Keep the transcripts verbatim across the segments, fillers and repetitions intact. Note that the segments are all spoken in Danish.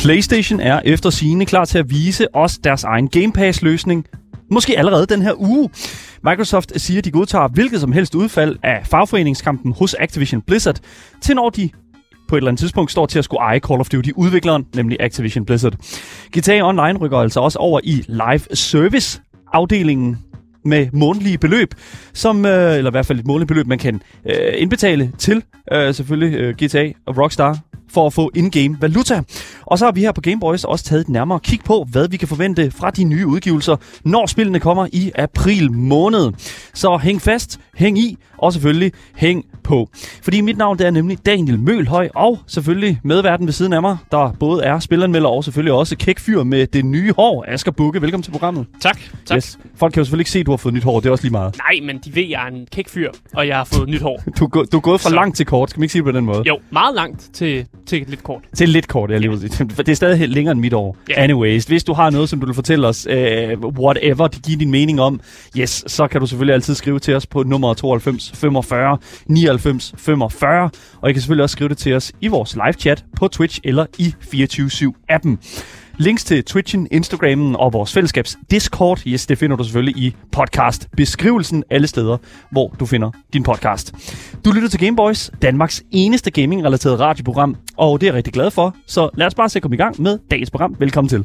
PlayStation er efter sigende klar til at vise os deres egen Game Pass-løsning, måske allerede den her uge. Microsoft siger, at de godtager hvilket som helst udfald af fagforeningskampen hos Activision Blizzard, til når de på et eller andet tidspunkt står til at skulle eje Call of Duty-udvikleren, nemlig Activision Blizzard. G T A Online rykker altså også over i live service-afdelingen med månedlige beløb, som, øh, eller i hvert fald et månedligt beløb, man kan øh, indbetale til øh, selvfølgelig øh, G T A og Rockstar for at få in-game valuta. Og så har vi her på Game Boys også taget et nærmere kig på, hvad vi kan forvente fra de nye udgivelser, når spillene kommer i april måned. Så hæng fast, hæng i, og selvfølgelig hæng på. Fordi mit navn det er nemlig Daniel Mølhøj, og selvfølgelig medverden ved siden af mig, der både er spilanmelder og selvfølgelig også kækfyr med det nye hår. Asger Bukke, velkommen til programmet. Tak. tak. Yes. Folk kan jo selvfølgelig ikke se, at du har fået nyt hår, det er også lige meget. Nej, men de ved, at jeg er en kækfyr, og jeg har fået nyt hår. Du, du er gået fra Så. langt til kort, skal man ikke sige det på den måde? Jo, meget langt til, til lidt kort. Til lidt kort, jeg lige vil sige. Det er stadig længere end mit år. Yeah. Anyways, hvis du har noget, som du vil fortælle os, uh, whatever, det giver din mening om, yes, så kan du selvfølgelig altid skrive til os på nummer tooghalvfems femogfyrre nioghalvfems femogfyrre, og I kan selvfølgelig også skrive det til os i vores live-chat på Twitch eller i fireogtyve syv appen. Links til Twitchen, Instagrammen og vores fællesskabs Discord, yes, det finder du selvfølgelig i podcast-beskrivelsen alle steder, hvor du finder din podcast. Du lytter til Game Boys, Danmarks eneste gaming-relateret radioprogram, og det er jeg rigtig glad for, så lad os bare se komme i gang med dagens program. Velkommen til.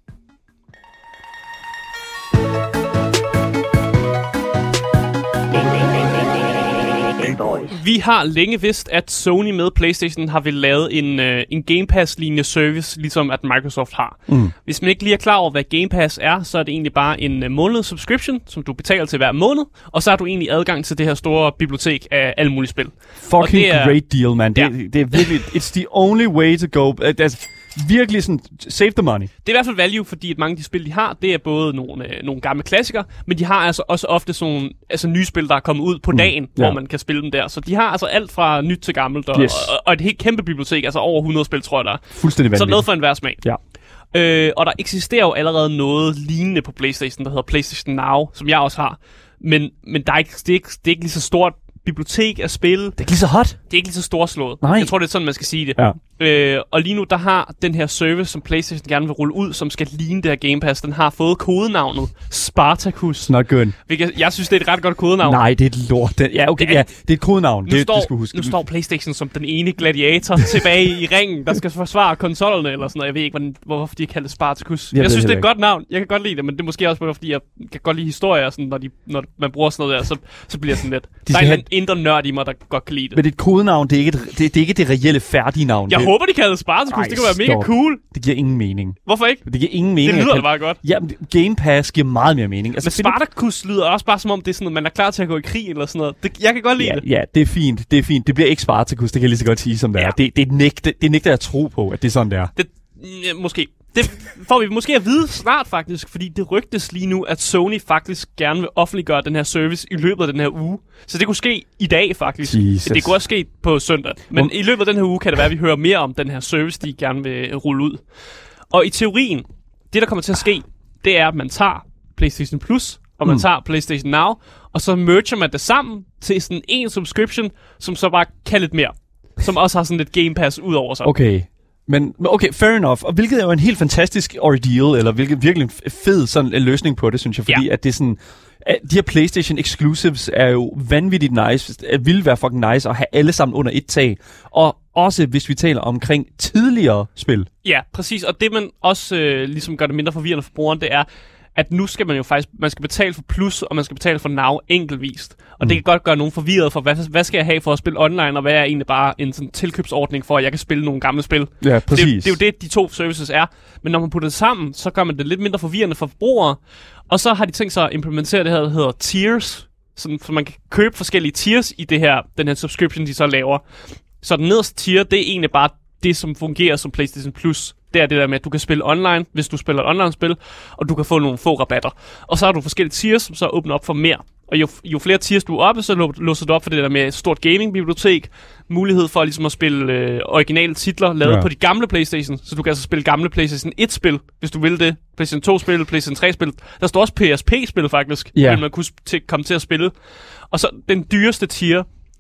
Vi har længe vidst, at Sony med PlayStation har vel lavet en, øh, en Game Pass-lignende service, ligesom at Microsoft har. Mm. Hvis man ikke lige er klar over, hvad Game Pass er, så er det egentlig bare en uh, måneds subscription, som du betaler til hver måned, og så har du egentlig adgang til det her store bibliotek af alle mulige spil. Fucking det er, great deal, man. Det, ja. det er virkelig, it's the only way to go. That's virkelig sådan, save the money. Det er i hvert fald value, fordi at mange af de spil, de har, det er både nogle, øh, nogle gamle klassikere, men de har altså også ofte sådan nogle altså nye spil, der er kommet ud på mm. dagen, ja. Hvor man kan spille dem der. Så de har altså alt fra nyt til gammelt, og, yes. og, og et helt kæmpe bibliotek, altså over hundrede spil, tror jeg, der er. Fuldstændig vanvittigt. Så noget for enhver smag. Ja. Øh, og der eksisterer jo allerede noget lignende på PlayStation, der hedder PlayStation Now, som jeg også har. Men, men der er ikke, det, er ikke, det er ikke lige så stort bibliotek af spil. Det er ikke lige så hot. Det er ikke lige så storslået. Nej. Jeg tror, det er sådan, man skal sige det. Ja. Øh, og lige nu, der har den her service, som PlayStation gerne vil rulle ud, som skal ligne det her Game Pass, den har fået kodenavnet Spartacus. Not good. Hvilket, jeg synes, det er et ret godt kodenavn. Nej, det er et lort. Det, ja, okay, det er, ja, det er et kodenavn. Nu, det, står, det skal huske. nu står PlayStation som den ene gladiator tilbage i ringen, der skal forsvare konsollerne eller sådan noget. Jeg ved ikke, hvordan, hvorfor de kalder det Spartacus. Jeg, jeg synes, det er et godt navn. Jeg kan godt lide det, men det er måske også fordi, jeg kan godt lide historier, sådan, når, de, når man bruger sådan noget der, så, så bliver det sådan lidt. De der er en have... indre nørd i mig, der godt kan lide det. Men dit kodenavn, det er ikke, et, det, det er ikke det reelle færdige navn. Jeg det... håber, de kalder det Spartacus. Ej, det kunne være mega cool. Det giver ingen mening. Hvorfor ikke? Det giver ingen mening. Det lyder kan... bare godt. Ja, Game Pass giver meget mere mening. Altså, men Spartacus lyder også bare som om, det er sådan, at man er klar til at gå i krig eller sådan noget. Det, jeg kan godt lide ja, det. Ja, det er fint. Det er fint. Det bliver ikke Spartacus, det kan jeg lige så godt sige, som det ja. er. Det, det, nægter, det nægter jeg at tro på, at det er sådan, det er. Det, ja, måske. Det får vi måske at vide snart faktisk, fordi det rygtes lige nu, at Sony faktisk gerne vil offentliggøre den her service i løbet af den her uge. Så det kunne ske i dag faktisk. Jesus. Det kunne også ske på søndag. Men um. i løbet af den her uge kan det være, at vi hører mere om den her service, de gerne vil rulle ud. Og i teorien, det der kommer til at ske, det er, at man tager PlayStation Plus, og man mm. tager PlayStation Now, og så merger man det sammen til sådan en subscription, som så bare kan lidt mere. Som også har sådan lidt Game Pass ud over sig. Okay. Men okay, fair enough. Og hvilket er jo en helt fantastisk ordeal, eller hvilket virkelig en fed sådan en løsning på det, synes jeg. Fordi ja. at det er sådan, at de her PlayStation exclusives er jo vanvittigt nice. Det ville være fucking nice at have alle sammen under et tag. Og også hvis vi taler omkring tidligere spil. Ja, præcis. Og det man også øh, ligesom gør det mindre forvirrende for brugeren, det er, at nu skal man jo faktisk, man skal betale for Plus, og man skal betale for Now enkeltvist. Og mm. det kan godt gøre nogen forvirret for, hvad, hvad skal jeg have for at spille online, og hvad er egentlig bare en sådan tilkøbsordning for, at jeg kan spille nogle gamle spil. Ja, præcis. Det, det er jo det, de to services er. Men når man putter det sammen, så gør man det lidt mindre forvirrende for forbrugere. Og så har de tænkt sig at implementere det her, der hedder tiers, sådan, så man kan købe forskellige tiers i det her, den her subscription, de så laver. Så den nederste tier, det er egentlig bare det, som fungerer som PlayStation Plus. Det er det der med, at du kan spille online, hvis du spiller et online-spil, og du kan få nogle få rabatter. Og så har du forskellige tiers, som så åbner op for mere. Og jo, jo flere tiers du er oppe, så låser du op for det der med et stort gaming-bibliotek. Mulighed for ligesom at spille øh, originale titler, lavet ja. på de gamle PlayStation. Så du kan altså spille gamle PlayStation et-spil, hvis du vil det. PlayStation to-spil, PlayStation tre-spil. Der står også P S P-spil faktisk, yeah. vil man kunne t- komme til at spille. Og så den dyreste tier,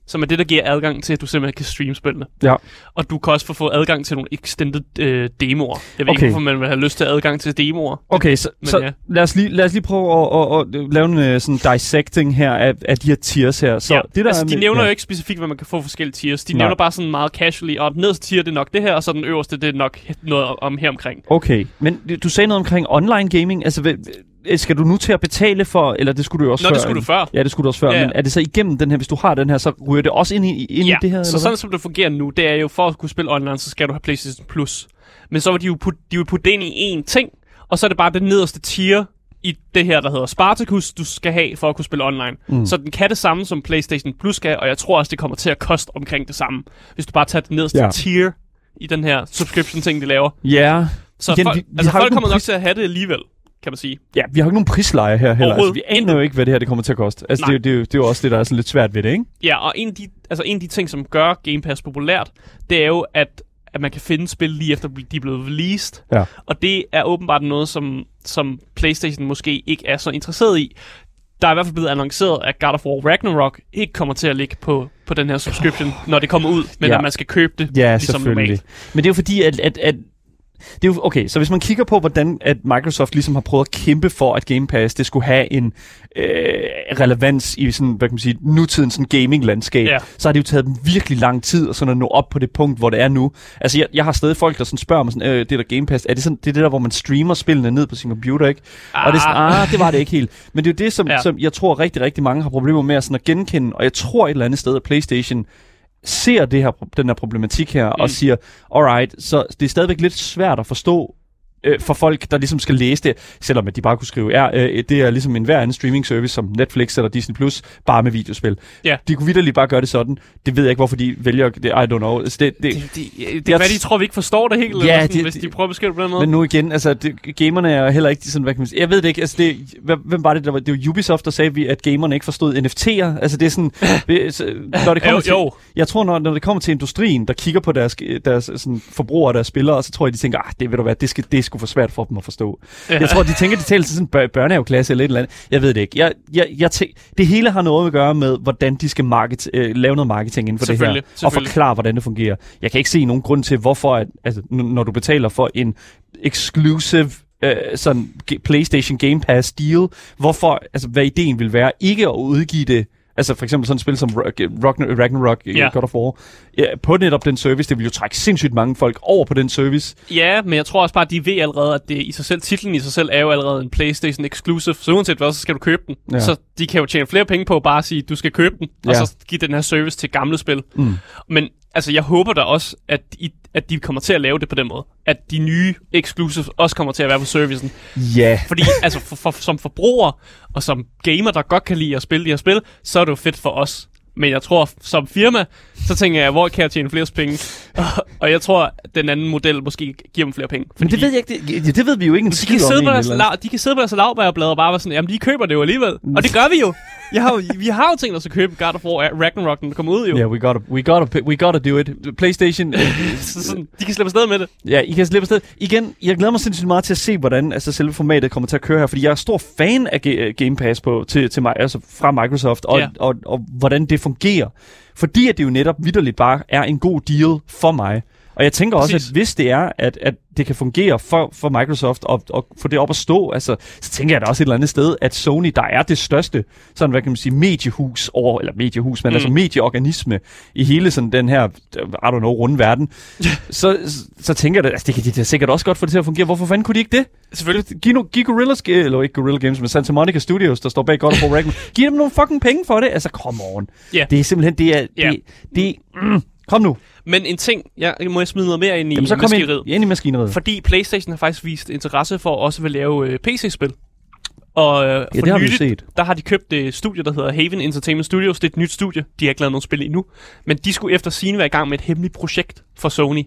som er det, der giver adgang til, at du simpelthen kan streame spillene. Ja. Og du kan også få få adgang til nogle extended øh, demoer. Jeg ved Okay. ikke, hvorfor man vil have lyst til adgang til demoer. Okay, så, Men så ja. lad, os lige, lad os lige prøve at, at, at lave en uh, sådan dissecting her af, af de her tiers her. Så ja, det, der altså, er de med- nævner ja. jo ikke specifikt, hvad man kan få forskellige tiers. De Nej. nævner bare sådan meget casually, og den nederste tier, det er nok det her, og så den øverste, det er nok noget om her omkring. Okay, men du sagde noget omkring online gaming. Altså, hvad- skal du nu til at betale for, eller det skulle du jo også Nå, før? det skulle du før. Ja, det skulle du også før. Ja, ja. Men er det så igennem den her, hvis du har den her, så ryger det også ind i, ind Ja, i det her? så eller sådan hvad? som det fungerer nu, det er jo for at kunne spille online, så skal du have PlayStation Plus. Men så vil de jo putte, de vil putte det ind i én ting, og så er det bare det nederste tier i det her, der hedder Spartacus, du skal have for at kunne spille online. Mm. Så den kan det samme, som PlayStation Plus skal, og jeg tror også, det kommer til at koste omkring det samme, hvis du bare tager det nederste Ja. ja. tier i den her subscription-ting, de laver. Ja. Så Igen, folk, vi- vi altså, har jo folk ikke kommer nogen nok pris- til at have det alligevel, kan man sige. Ja, vi har jo ikke nogen prisleje her heller. Altså, Overhovedet. vi aner jo ikke, hvad det her det kommer til at koste. Altså, det, er jo- det, er jo- det er jo også det, der er sådan lidt svært ved det, ikke? Ja, og en af de, altså en af de ting, som gør Game Pass populært, det er jo, at, at man kan finde spil lige efter, de er blevet released. Ja. Og det er åbenbart noget, som, som PlayStation måske ikke er så interesseret i. Der er i hvert fald blevet annonceret, at God of War Ragnarok ikke kommer til at ligge på, på den her subscription, når det kommer ud, men Ja. at man skal købe det Ja, ligesom selvfølgelig. normalt. Men det er jo fordi, at, at, at det er jo, okay, så hvis man kigger på, hvordan at Microsoft ligesom har prøvet at kæmpe for, at Game Pass det skulle have en øh, relevans i sådan, hvad kan man sige, nutidens sådan gaming-landskab, Ja. så har det jo taget dem virkelig lang tid at, sådan at nå op på det punkt, hvor det er nu. Altså, jeg, jeg har stadig folk, der sådan spørger mig sådan, øh, det der Game Pass, er det sådan, det er det der, hvor man streamer spillene ned på sin computer, ikke? Ah. Og det er sådan, ah, det var det ikke helt. Men det er jo det, som, ja. Ja. som jeg tror rigtig, rigtig mange har problemer med at, sådan at genkende, og jeg tror et eller andet sted, at PlayStation ser det her, den her problematik her, mm. og siger, alright, så det er stadigvæk lidt svært at forstå øh, for folk, der ligesom skal læse det, selvom at de bare kunne skrive, ja, øh, det er ligesom en hver anden streaming service, som Netflix eller Disney Plus, bare med videospil. Ja. De kunne vitterligt bare gøre det sådan. Det ved jeg ikke, hvorfor de vælger det, I don't know. Altså, det, det, Det, det, det, det Jeg er hvad de tror, vi ikke forstår det helt, Ja, eller sådan, det- hvis det- de prøver at beskrive det på den måde. men nu igen, altså, det, gamerne er heller ikke sådan, hvad kan man sige, jeg ved det ikke, altså, det, hvem, hvem var det, der var, det var Ubisoft, der sagde, vi, at gamerne ikke forstod N F T'er, altså, det er sådan, vi- så, når det kommer jo, til, jo. jeg tror, når, når det kommer til industrien, der kigger på deres, deres sådan, forbrugere og deres spillere, så tror jeg, de tænker, ah, det ved du hvad, det, skal, det er sgu for svært for dem at forstå. Ja. Jeg tror, de tænker, de taler til sådan en bør- børnehaveklasse eller et eller andet. Jeg ved det ikke. Jeg, jeg, jeg tæ- det hele har noget at gøre med, hvordan de skal market, øh, lave noget marketing inden for det her, Selvfølgelig, og selvfølgelig. forklare, hvordan det fungerer. Jeg kan ikke se nogen grund til, hvorfor, at, altså, n- når du betaler for en exclusive øh, sådan G- PlayStation Game Pass deal, hvorfor, altså, hvad ideen vil være, ikke at udgive det. Altså for eksempel sådan et spil som Ragnarok, Ragnarok Ja. God of War, ja, på netop den service, det vil jo trække sindssygt mange folk over på den service. Ja, men jeg tror også bare, at de ved allerede, at det i sig selv, titlen i sig selv er jo allerede en PlayStation exclusive, så uanset hvad, så skal du købe den. Ja. Ja. Så de kan jo tjene flere penge på at bare sige, du skal købe den, og Ja. så give den her service til gamle spil. Mm. Men altså, jeg håber da også, at, I, at de kommer til at lave det på den måde. At de nye exclusives også kommer til at være på servicen. Ja. Fordi altså, for, for, som forbruger og som gamer, der godt kan lide at spille de her spil, så er det jo fedt for os. Men jeg tror, som firma, så tænker jeg, hvor kan jeg tjene flere penge? Og, og jeg tror, at den anden model måske giver dem flere penge. Men det ved jeg ikke, det, ja, det ved vi jo ikke en de skid kan, om. sidde på egentlig, deres, eller- la- de kan sidde på deres lavbærblad og bare være sådan, jamen de køber det jo alligevel. Og det gør vi jo. Jeg har, jo- vi har jo tænkt os at købe God of War Ragnarok, når det kommer ud jo. Ja, we gotta, we gotta, we gotta do it. PlayStation, øh, Så sådan, de kan slippe afsted med det. ja, I kan slippe afsted. Igen, jeg glæder mig sindssygt meget til at se, hvordan altså, selve formatet kommer til at køre her, fordi jeg er stor fan af Ga- Game Pass på, til, til mig, altså fra Microsoft, og, Ja. og, og, og hvordan det fungerer. Fordi at det jo netop vitterligt bare er en god deal for mig. Og jeg tænker også, Præcis. at hvis det er, at, at det kan fungere for, for Microsoft og, og få det op at stå, altså, så tænker jeg da også et eller andet sted, at Sony, der er det største, sådan hvad kan man sige, mediehus over, eller mediehus, men mm. altså medieorganisme i hele sådan den her, I don't know, runde verden, så, så tænker jeg, at altså, det kan de da sikkert også godt få det til at fungere. Hvorfor fanden kunne de ikke det? Selvfølgelig. Giv, nu, giv Guerrillas, eller ikke Guerrilla Games, men Santa Monica Studios, der står bag God of War Ragnarok, giv dem nogle fucking penge for det. Altså, come on. Ja. Det er simpelthen, det er, Ja. det, det mm, kom nu. Men en ting, jeg må jeg smide noget mere ind i Jamen, så kom maskineriet. ind, ind i maskineriet. Fordi PlayStation har faktisk vist interesse for også at vil lave øh, P C-spil. Og øh, Ja, for det har vi nyligt, set. der har de købt et studie, der hedder Haven Entertainment Studios. Det er et nyt studie. De har ikke lavet nogen spil endnu. Men de skulle efter sigende være i gang med et hemmeligt projekt for Sony.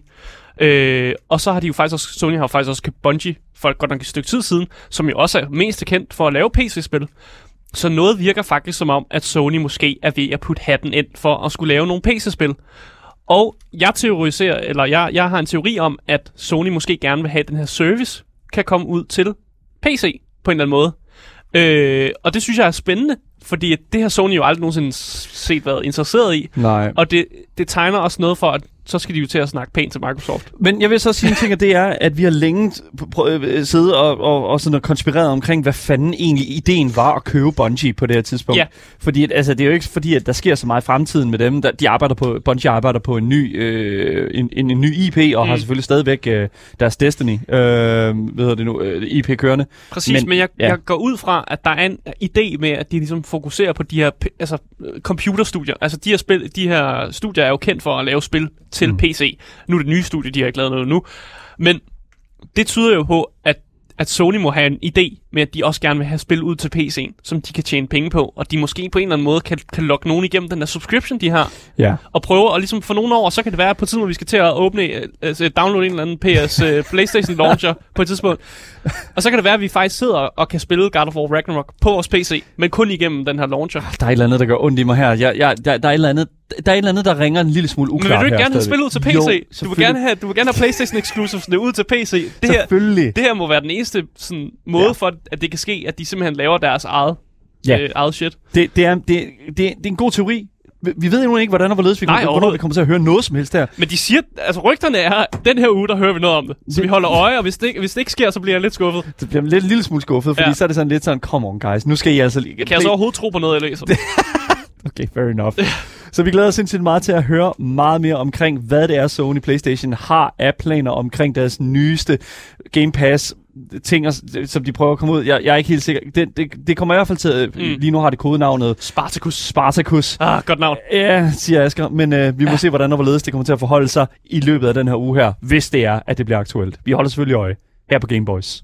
Øh, og så har de jo faktisk også, Sony har jo faktisk også købt Bungie for godt nok et stykke tid siden, som jo også er mest kendt for at lave P C-spil. Så noget virker faktisk som om, at Sony måske er ved at putte hatten ind for at skulle lave nogle P C-spil. Og jeg teoriserer, eller jeg, jeg har en teori om, at Sony måske gerne vil have, at den her service kan komme ud til P C på en eller anden måde. Øh, og det synes jeg er spændende, Fordi det har Sony jo aldrig nogensinde set været interesseret i. Nej. Og det, det tegner også noget for, at så skal de jo til at snakke pænt til Microsoft. Men jeg vil så sige en ting, og det er, at vi har længe siddet og, og, og sådan konspireret omkring, hvad fanden egentlig ideen var at købe Bungie på det her tidspunkt. Ja. Fordi at, altså, det er jo ikke fordi, at der sker så meget i fremtiden med dem. Der, de arbejder på, Bungie arbejder på en ny, øh, en, en, en ny I P, og mm. har selvfølgelig stadigvæk øh, deres Destiny, øh, hvad hedder det nu, øh, I P kørende. Præcis, men, men jeg, ja. jeg går ud fra, at der er en idé med, at de ligesom fokuserer på de her altså, computerstudier. Altså de her, spil, de her studier er jo kendt for at lave spil til mm. P C. Nu er det nye studie, de har ikke lavet noget nu. Men det tyder jo på, at, at Sony må have en idé med, at de også gerne vil have spil ud til P C'en, som de kan tjene penge på, og de måske på en eller anden måde kan, kan lokke nogen igennem den der subscription, de har, ja. og prøve at ligesom for nogle år, så kan det være på et tidspunkt, vi skal til at åbne, altså downloade en eller anden P S uh, PlayStation launcher på et tidspunkt, og så kan det være, at vi faktisk sidder og kan spille God of War Ragnarok på vores P C, men kun igennem den her launcher. Der er et eller andet, der gør ondt i mig her. Jeg, jeg, der, der er et eller andet, der er et eller andet, der ringer en lille smule uklart her. Men vil du ikke gerne have stadig. spil ud til P C? Jo, du vil gerne have, du vil gerne have PlayStation exclusives ud til P C. Det her, selvfølgelig. Det her må være den eneste sådan, måde ja. for, at det kan ske, at de simpelthen laver deres eget, ja. øh, eget shit. Det, det, er, det, det, det er en god teori. Vi ved jo ikke, hvordan og hvorledes vi Nej, kommer, hvornår vi kommer til at høre noget som helst her. Men de siger, altså rygterne er, at den her uge, der hører vi noget om det. Så det, vi holder øje, og hvis det, hvis det ikke sker, så bliver jeg lidt skuffet. Det bliver lidt en lille smule skuffet, fordi ja. så er det sådan lidt sådan, come on guys, nu skal I altså... Kan jeg så overhovedet tro på noget, jeg læser? Okay, fair enough. Så vi glæder os sindssygt meget til at høre meget mere omkring, hvad det er, Sony PlayStation har af planer omkring deres nyeste Game Pass ting, som de prøver at komme ud. Jeg, jeg er ikke helt sikker. Det, det, det kommer i hvert fald til... Mm. Lige nu har det kodenavnet... Spartacus. Spartacus. Ah, godt navn. Ja, siger Asger. Men øh, vi må ja. se, hvordan og hvorledes det kommer til at forholde sig i løbet af den her uge her, hvis det er, at det bliver aktuelt. Vi holder selvfølgelig øje her på Game Boys.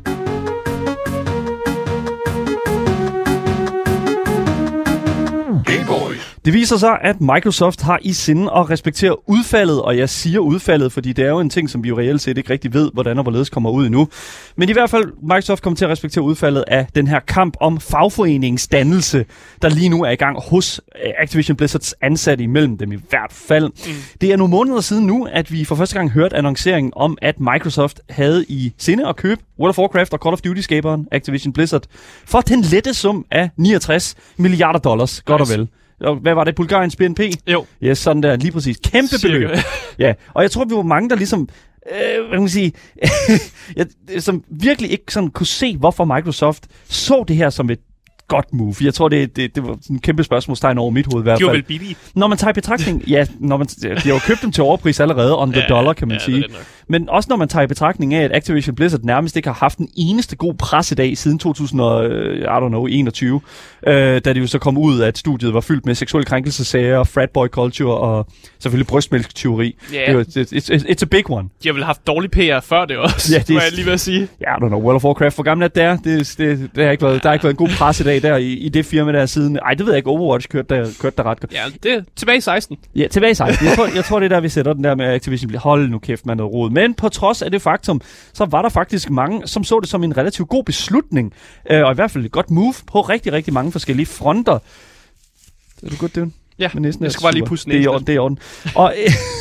Det viser sig, at Microsoft har i sinde at respektere udfaldet, og jeg siger udfaldet, fordi det er jo en ting, som vi jo reelt set ikke rigtig ved, hvordan og hvorledes kommer ud endnu. Men i hvert fald, Microsoft kommer til at respektere udfaldet af den her kamp om fagforeningsdannelse, der lige nu er i gang hos Activision Blizzards ansatte imellem dem i hvert fald. Mm. Det er nogle måneder siden nu, at vi for første gang hørte annonceringen om, at Microsoft havde i sinde at købe World of Warcraft og Call of Duty-skaberen Activision Blizzard for den lette sum af niogtres milliarder dollars, godt nice. og vel. Hvad var det? Bulgariens B N P? Jo. Ja, yes, sådan der, lige præcis. Kæmpe beløb. Ja, og jeg tror, vi var mange, der ligesom, øh, hvad kan man sige, jeg, som virkelig ikke sådan kunne se, hvorfor Microsoft så det her som et godt move. Jeg tror, det, det, det var sådan en kæmpe spørgsmålstegn over mit hoved i hvert fald. De var vel billige. Når man tager i betragtning, ja, når man, de har jo købt dem til overpris allerede, on the ja, dollar, kan man ja, sige. Men også når man tager i betragtning af, at Activision Blizzard nærmest ikke har haft en eneste god pressedag siden to tusind og, I don't know, enogtyve, øh, da det jo så kom ud, at studiet var fyldt med seksuelle krænkelsesager, fratboy culture og selvfølgelig brystmælkstyveri. Yeah. It's, it's, it's a big one. De har vel haft dårlig P R før det også, ja, det må jeg lige ved at sige. Ja, I don't know, World of Warcraft, hvor gammel er det er? Det, det, det har ikke været, der har ikke været en god pressedag der i, i det firma der siden. Ej, det ved jeg ikke, Overwatch kørte der, kørte der ret godt. Ja, det er tilbage i seksten. Ja, tilbage i seksten. Jeg tror, jeg tror, det er der, vi sætter den der med Activision. Hold nu kæft, man noget rod. Men på trods af det faktum, så var der faktisk mange, som så det som en relativt god beslutning, øh, og i hvert fald et godt move på rigtig, rigtig mange forskellige fronter. Er du godt, Døven? Ja, næsten jeg skal bare lige pusse næsten. Det er i orden, det er i orden. Og,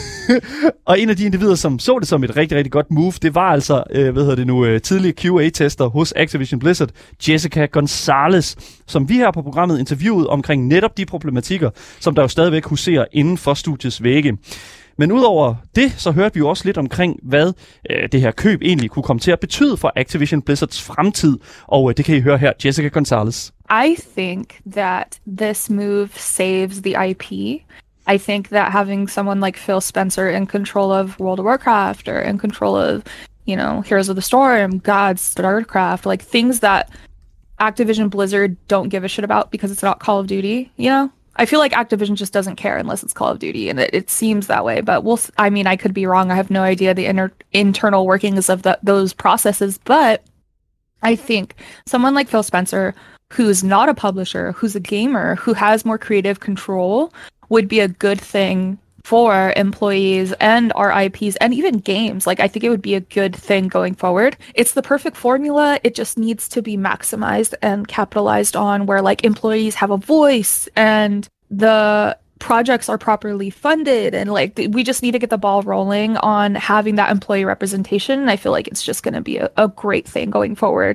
og en af de individer, som så det som et rigtig, rigtig godt move, det var altså, øh, hvad hedder det nu, øh, tidligere Q A-tester hos Activision Blizzard, Jessica Gonzalez, som vi her på programmet interviewede omkring netop de problematikker, som der jo stadigvæk huserer inden for studiets vægge. Men udover det, så hørte vi jo også lidt omkring, hvad øh, det her køb egentlig kunne komme til at betyde for Activision Blizzards fremtid. Og øh, det kan I høre her, Jessica Gonzalez. I think that this move saves the I P. I think that having someone like Phil Spencer in control of World of Warcraft or in control of, you know, Heroes of the Storm, Gods, StarCraft, like things that Activision Blizzard don't give a shit about because it's not Call of Duty, you know? I feel like Activision just doesn't care unless it's Call of Duty, and it, it seems that way. But we'll, I mean, I could be wrong. I have no idea the inner, internal workings of the, those processes. But I think someone like Phil Spencer, who's not a publisher, who's a gamer, who has more creative control, would be a good thing for employees and our I Ps and even games. Like, I think it would be a good thing going forward. It's the perfect formula. It just needs to be maximized and capitalized on, where like employees have a voice and the projects are properly funded, and like we just need to get the ball rolling on having that employee representation. I feel like it's just going to be a, a great thing going forward.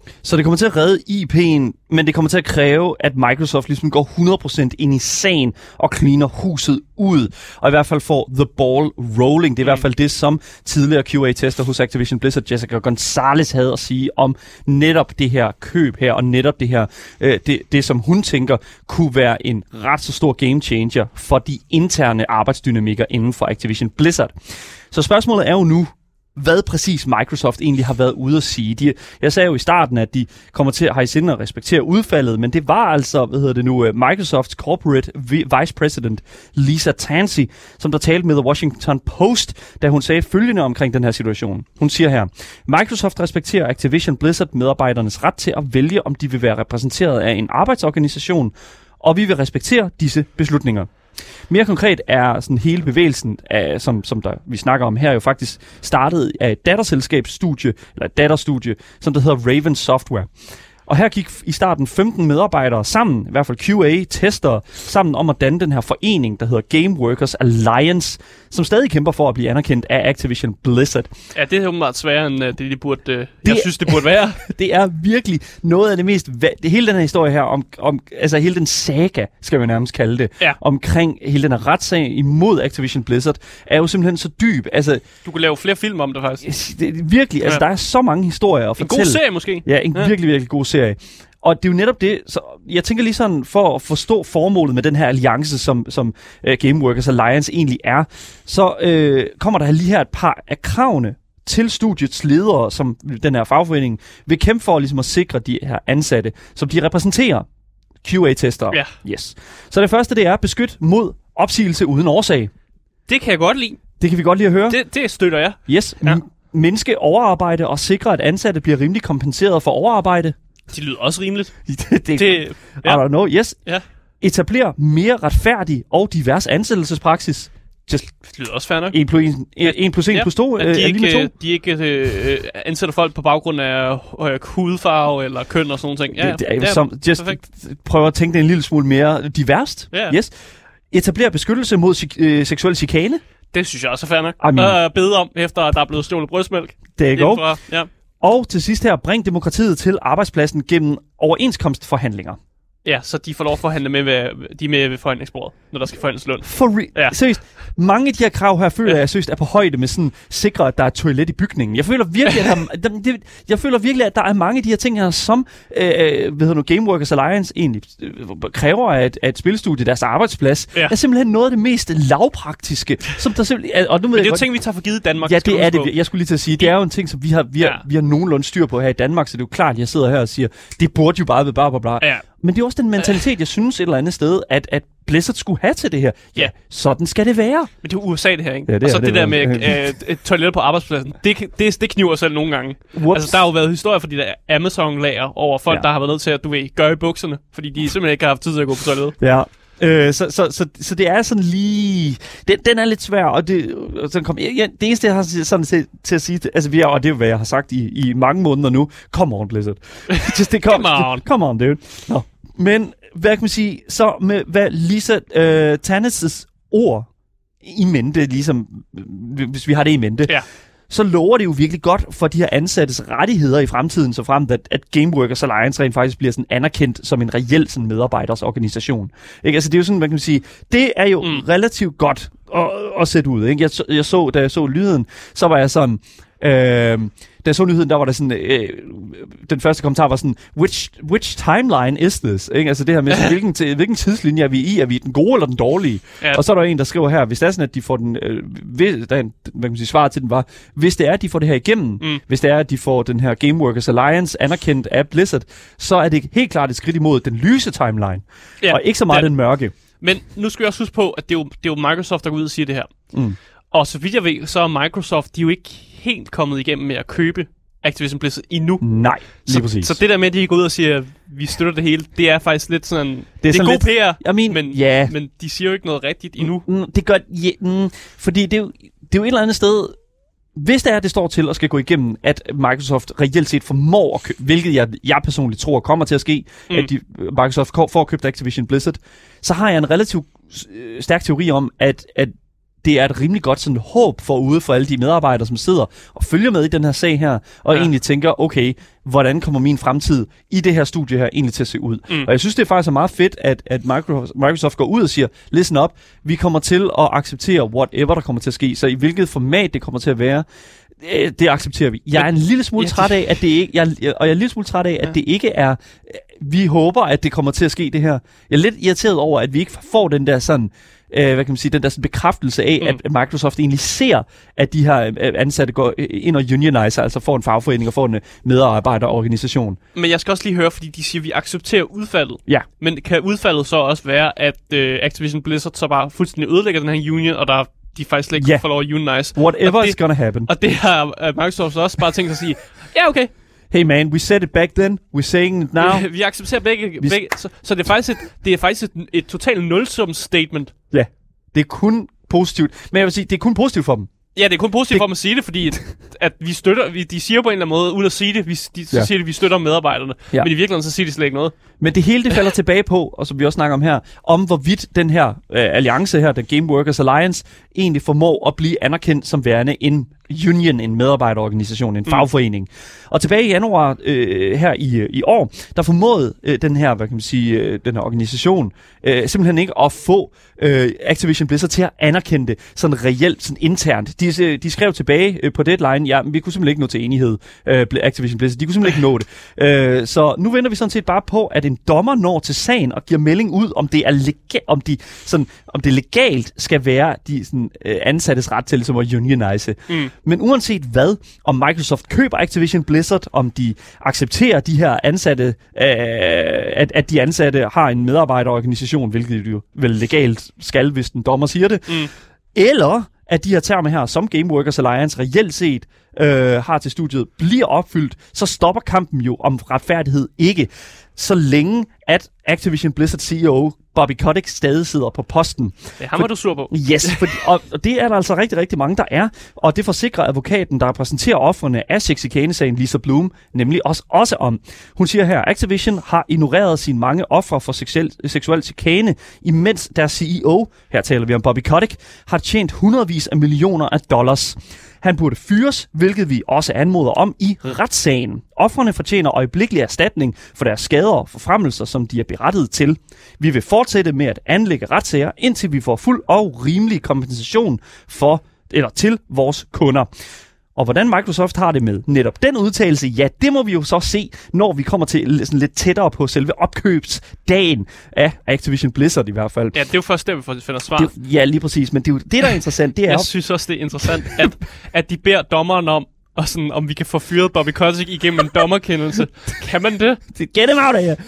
Så det kommer til at redde I P'en, men det kommer til at kræve, at Microsoft ligesom går hundrede procent ind i sagen og cleaner huset ud. Og i hvert fald får the ball rolling. Det er mm. i hvert fald det, som tidligere Q A-tester hos Activision Blizzard, Jessica Gonzalez, havde at sige om netop det her køb her, og netop det her, øh, det, det som hun tænker kunne være en ret så stor game changer for de interne arbejdsdynamikker inden for Activision Blizzard. Så spørgsmålet er jo nu, hvad præcis Microsoft egentlig har været ude at sige. De, jeg sagde jo i starten, at de kommer til at have i sinde at respektere udfaldet, men det var altså, hvad hedder det nu, Microsofts corporate vice president Lisa Tansey, som der talte med The Washington Post, da hun sagde følgende omkring den her situation. Hun siger her: Microsoft respekterer Activision Blizzard medarbejdernes ret til at vælge, om de vil være repræsenteret af en arbejdsorganisation, og vi vil respektere disse beslutninger. Mere konkret er sådan hele bevægelsen, af, som, som der, vi snakker om her, jo faktisk startet af et datterselskabsstudie, eller et datterstudie, som der hedder Raven Software. Og her gik i starten femten medarbejdere sammen, i hvert fald Q A-testere, sammen om at danne den her forening, der hedder Game Workers Alliance, som stadig kæmper for at blive anerkendt af Activision Blizzard. Ja, det er jo meget sværere end det, de burde, det, jeg synes, det burde være. Det er virkelig noget af det mest... Det, hele den her historie her, om, om, altså hele den saga, skal vi nærmest kalde det, ja. omkring hele den her retssag imod Activision Blizzard, er jo simpelthen så dyb. Altså, du kunne lave flere film om det faktisk. Det, virkelig, altså ja. Der er så mange historier at fortælle. En god serie måske. Ja, en ja. virkelig, virkelig god serie. Og det er jo netop det, så jeg tænker lige sådan, for at forstå formålet med den her alliance, som, som uh, Game Workers Alliance egentlig er, så uh, kommer der lige her et par af kravene til studiets ledere, som den her fagforening vil kæmpe for ligesom at sikre de her ansatte, som de repræsenterer, Q A-testere. Ja. Yes. Så det første, det er beskyt mod opsigelse uden årsag. Det kan jeg godt lide. Det kan vi godt lide at høre. Det, det støtter jeg. Yes. Ja. Mindske overarbejde og sikre, at ansatte bliver rimelig kompenseret for overarbejde. Det lyder også rimeligt. det, det, det, ja. I don't know, yes. Ja. Etabler mere retfærdig og divers ansættelsespraksis. Just det lyder også fair nok. en plus en plus en ja. plus to. Ja, de, er ikke, de ikke øh, ansætter folk på baggrund af øh, hudfarve eller køn og sådan noget. Ja, det, det er jo det er som, just prøv at tænke det en lille smule mere diverst. Ja. Yes. Etabler beskyttelse mod øh, seksuel chikane. Det synes jeg også er fair nok. I mean, øh, bede om, efter at der er blevet stjålet brystmælk. Det er godt. Ja. Og til sidst her, bring demokratiet til arbejdspladsen gennem overenskomstforhandlinger. Ja, så de får lov at forhandle med ved, de er med ved forhandlingsbordet, når der skal forhandles løn. For re- ja. Seriøst, mange af de her krav her, føler ja. jeg seriøst er på højde med sådan, sikre, at der er et toilet i bygningen. Jeg føler virkelig, at der, der, jeg føler virkelig, at der er mange af de her ting her, som øh, ved nu, Game Workers Alliance egentlig øh, kræver, at, at spilstudie, deres arbejdsplads, ja. er simpelthen noget af det mest lavpraktiske. Som der simpelthen, og nu Men det er jo godt, ting, vi tager for givet i Danmark. Ja, det er det. Jeg skulle lige til at sige, det er jo en ting, som vi har, vi har, ja. vi har nogenlunde styr på her i Danmark, så det er jo klart, at jeg sidder her og siger, det burde jo bare være bare, bare, bare. Ja. Men det er også den mentalitet, jeg synes et eller andet sted, at, at Blizzard skulle have til det her. Ja, sådan skal det være. Men det er U S A det her, ikke? Ja, det og så er, det, det der er, med det øh, et toilet på arbejdspladsen, det, det, det kniver selv nogle gange. Whoops. Altså, der har jo været historier for de der Amazon-lager over folk, ja. der har været nødt til at, du ved, gøre i bukserne, fordi de simpelthen ikke har haft tid til at gå på toilettet. Ja. Øh, så, så, så, så det er sådan lige... Den, den er lidt svær, og det, og så kom, ja, det eneste, jeg har sådan til, til at sige... Altså, vi er, og det er, hvad jeg har sagt i, i mange måneder nu. Come on, Blizzard. Just, det, come, come on. Det, come on, dude. Nå. Men, hvad kan man sige, så med hvad Lisa øh, Tannis' ord i mente, ligesom, hvis vi har det i mente, ja. så lover det jo virkelig godt for de her ansattes rettigheder i fremtiden, så frem at, at Game Workers Alliance rent faktisk bliver sådan anerkendt som en reel sådan medarbejders organisation. Ikke? Altså det er jo sådan, hvad kan man sige, det er jo mm. relativt godt at, at sætte ud. Ikke? Jeg, jeg så, da jeg så lyden, så var jeg sådan... Øh, da jeg så nyheden, der var der sådan, øh, den første kommentar var sådan, which, which timeline is this? Ikke? Altså det her med, sådan, hvilken, t- hvilken tidslinje er vi i? Er vi den gode eller den dårlige? Ja. Og så er der en, der skriver her, hvis det er sådan, at de får den, øh, ved, der, hvad kan man sige, svaret til den var, hvis det er, at de får det her igennem, mm. hvis det er, at de får den her Game Workers Alliance anerkendt af Blizzard, så er det helt klart et skridt imod den lyse timeline, ja. og ikke så meget ja. den mørke. Men nu skal jeg også huske på, at det er jo, det er jo Microsoft, der går ud og siger det her. Mm. Og så vidt jeg ved, så er Microsoft, de er jo ikke helt kommet igennem med at købe Activision Blizzard endnu. Nej, lige så, præcis. Så det der med, at de går ud og siger, at vi støtter det hele, det er faktisk lidt sådan... Det er, det er sådan god lidt, P R, I mean, men, yeah. men de siger jo ikke noget rigtigt endnu. Mm, det gør... Yeah, mm, fordi det er, jo, det er jo et eller andet sted... Hvis det er, det står til at skal gå igennem, at Microsoft reelt set formår at købe, hvilket jeg, jeg personligt tror kommer til at ske, mm. at de, Microsoft får købt Activision Blizzard, så har jeg en relativt stærk teori om, at, at det er et rimelig godt sådan håb forude for alle de medarbejdere, som sidder og følger med i den her sag her, og ja. egentlig tænker, okay, hvordan kommer min fremtid i det her studie her egentlig til at se ud? Mm. Og jeg synes, det er faktisk meget fedt, at, at Microsoft går ud og siger, listen up, vi kommer til at acceptere whatever, der kommer til at ske, så i hvilket format det kommer til at være, det accepterer vi. Jeg er en lille smule træt af, at det ikke, jeg, og jeg er en lille smule træt af, at ja. det ikke er, vi håber, at det kommer til at ske det her. Jeg er lidt irriteret over, at vi ikke får den der sådan, øh, hvad kan man sige, den der sådan bekræftelse af, mm. at Microsoft egentlig ser, at de her ansatte går ind og unioniser, altså får en fagforening og får en medarbejderorganisation. Men jeg skal også lige høre, fordi de siger, at vi accepterer udfaldet. Ja. Men kan udfaldet så også være, at øh, Activision Blizzard så bare fuldstændig ødelægger den her union, og der de faktisk slet ikke yeah. får lov at unionize. Whatever is gonna happen. Og det har uh, Microsoft også bare tænkt sig at sige, ja, okay. Hey man, we said it back then, we're saying it now. Vi, vi accepterer begge, vi... begge så, så det er faktisk et, det er faktisk et, et totalt nulsum statement. Ja, det er kun positivt. Men jeg vil sige, det er kun positivt for dem. Ja, det er kun positivt det... for dem at sige det, fordi at, at vi støtter, vi, de siger på en eller anden måde, uden at sige det, vi, de, så ja. siger de, at vi støtter medarbejderne. Ja. Men i virkeligheden, så siger de slet ikke noget. Men det hele, det falder tilbage på, og som vi også snakker om her, om hvorvidt den her øh, alliance her, den Game Workers Alliance, egentlig formår at blive anerkendt som værende en union, en medarbejderorganisation, en mm. fagforening. Og tilbage i januar øh, her i, i år, der formåede øh, den her, hvad kan man sige, øh, den her organisation øh, simpelthen ikke at få øh, Activision Blizzard til at anerkende det sådan reelt, sådan internt. De, de skrev tilbage øh, på deadline, ja, men vi kunne simpelthen ikke nå til enighed, øh, Activision Blizzard. De kunne simpelthen ikke nå det. Øh, så nu venter vi sådan set bare på, at en dommer når til sagen og giver melding ud, om det er lega- om de sådan, om det legalt skal være de sådan, øh, ansattes ret til som at unionize. Mm. Men uanset hvad, om Microsoft køber Activision Blizzard, om de accepterer de her ansatte, øh, at, at de ansatte har en medarbejderorganisation, hvilket de jo vel legalt skal, hvis den dommer siger det, mm. eller at de her termer her, som Game Workers Alliance reelt set øh, har til studiet, bliver opfyldt, så stopper kampen jo om retfærdighed ikke, så længe at Activision Blizzard C E O Bobby Kotick stadig sidder på posten. Ja, ham var du sur på. Yes, fordi, og, og det er der altså rigtig, rigtig mange, der er. Og det forsikrer advokaten, der repræsenterer ofrene af sexchikane-sagen, Lisa Bloom, nemlig også, også om. Hun siger her, Activision har ignoreret sine mange ofre for seksuel, seksuel chikane, imens deres C E O, her taler vi om Bobby Kotick, har tjent hundredvis af millioner af dollars. Han burde fyres, hvilket vi også anmoder om i retssagen. Ofrene fortjener øjeblikkelig erstatning for deres skader og forfremmelser, som de er berettiget til. Vi vil fortsætte med at anlægge retssager, indtil vi får fuld og rimelig kompensation for eller til vores kunder. Og hvordan Microsoft har det med netop den udtalelse, ja, det må vi jo så se, når vi kommer til sådan lidt tættere på selve opkøbsdagen af Activision Blizzard i hvert fald. Ja, det er jo først der, vi finder svar. Det, ja, lige præcis, men det, er jo, det der er interessant, det er... Jeg synes også, det er interessant, at, at de beder dommeren om, og sådan, om vi kan få fyret Bobby Kotick igennem en dommerkendelse. Kan man det? Get him out of here!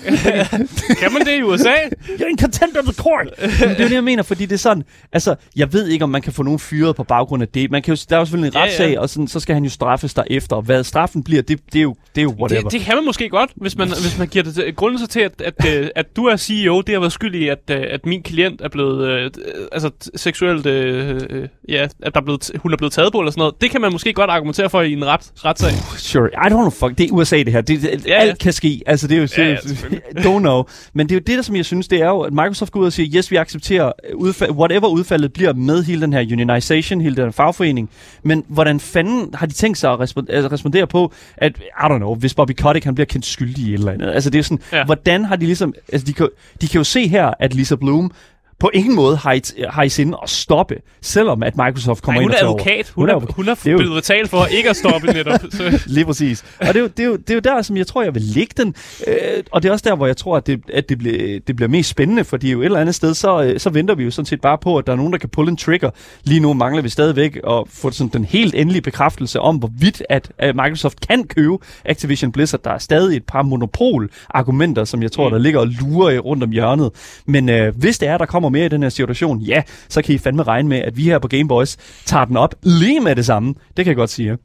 Kan man det i U S A? You're in contempt of the court! Men det er jo det, jeg mener, fordi det er sådan... Altså, jeg ved ikke, om man kan få nogen fyret på baggrund af det. Man kan jo, der er jo selvfølgelig en ja, retssag, ja. og sådan, så skal han jo straffes derefter. Hvad straffen bliver, det, det, er, jo, det er jo whatever. Det, det kan man måske godt, hvis man, hvis man giver det grunden så til, at, at, at, at du er C E O, det har været skyld i, at, at min klient er blevet... Øh, altså, seksuelt... Øh, ja, at der er blevet, hun er blevet taget på, eller sådan noget. Det kan man måske godt argumentere for i en ret, retssag. Sure, I don't know, fuck. Det er U S A, det her. Det, det, ja, alt ja. kan ske. Altså, det er jo... Ja, ja, don't know. Men det er jo det, der, som jeg synes, det er jo, at Microsoft går ud og siger, yes, vi accepterer udfald, whatever udfaldet bliver med hele den her unionization, hele den her fagforening. Men hvordan fanden har de tænkt sig at respondere, altså respondere på, at, I don't know, hvis Bobby Kotick, han bliver kendt skyldig i et eller andet. Altså, det er sådan, ja. hvordan har de ligesom... Altså, de kan, de kan jo se her, at Lisa Bloom på ingen måde har I, har I sinde at stoppe, selvom at Microsoft kommer Nej, ind og tager over. Hun er advokat. Hun er blevet betalt for ikke at stoppe netop. Så. Lige præcis. Og det er, jo, det, er jo, det er jo der, som jeg tror, jeg vil lægge den. Øh, og det er også der, hvor jeg tror, at det, at det, bliver, det bliver mest spændende, fordi jo et eller andet sted, så, så venter vi jo sådan set bare på, at der er nogen, der kan pull en trigger. Lige nu mangler vi stadigvæk at få sådan den helt endelige bekræftelse om, hvorvidt at, at Microsoft kan købe Activision Blizzard. Der er stadig et par monopol-argumenter, som jeg tror, mm. der ligger og lurer rundt om hjørnet. Men øh, hvis det er, der kommer mere i den her situation, ja, så kan I fandme regne med, at vi her på Game Boys tager den op lige med det samme. Det kan jeg godt sige.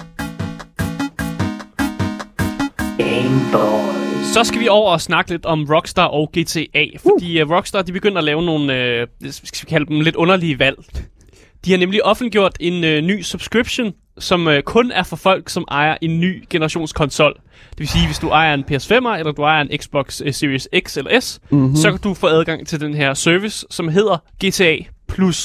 Game Boys. Så skal vi over og snakke lidt om Rockstar og G T A, fordi uh. Rockstar, de begynder at lave nogle, øh, skal vi kalde dem lidt underlige valg. De har nemlig offentliggjort en øh, ny subscription, som øh, kun er for folk, som ejer en ny generations konsol. Det vil sige, hvis du ejer en P S fem'er, eller du ejer en Xbox uh, Series X eller S, mm-hmm. så kan du få adgang til den her service, som hedder G T A Plus.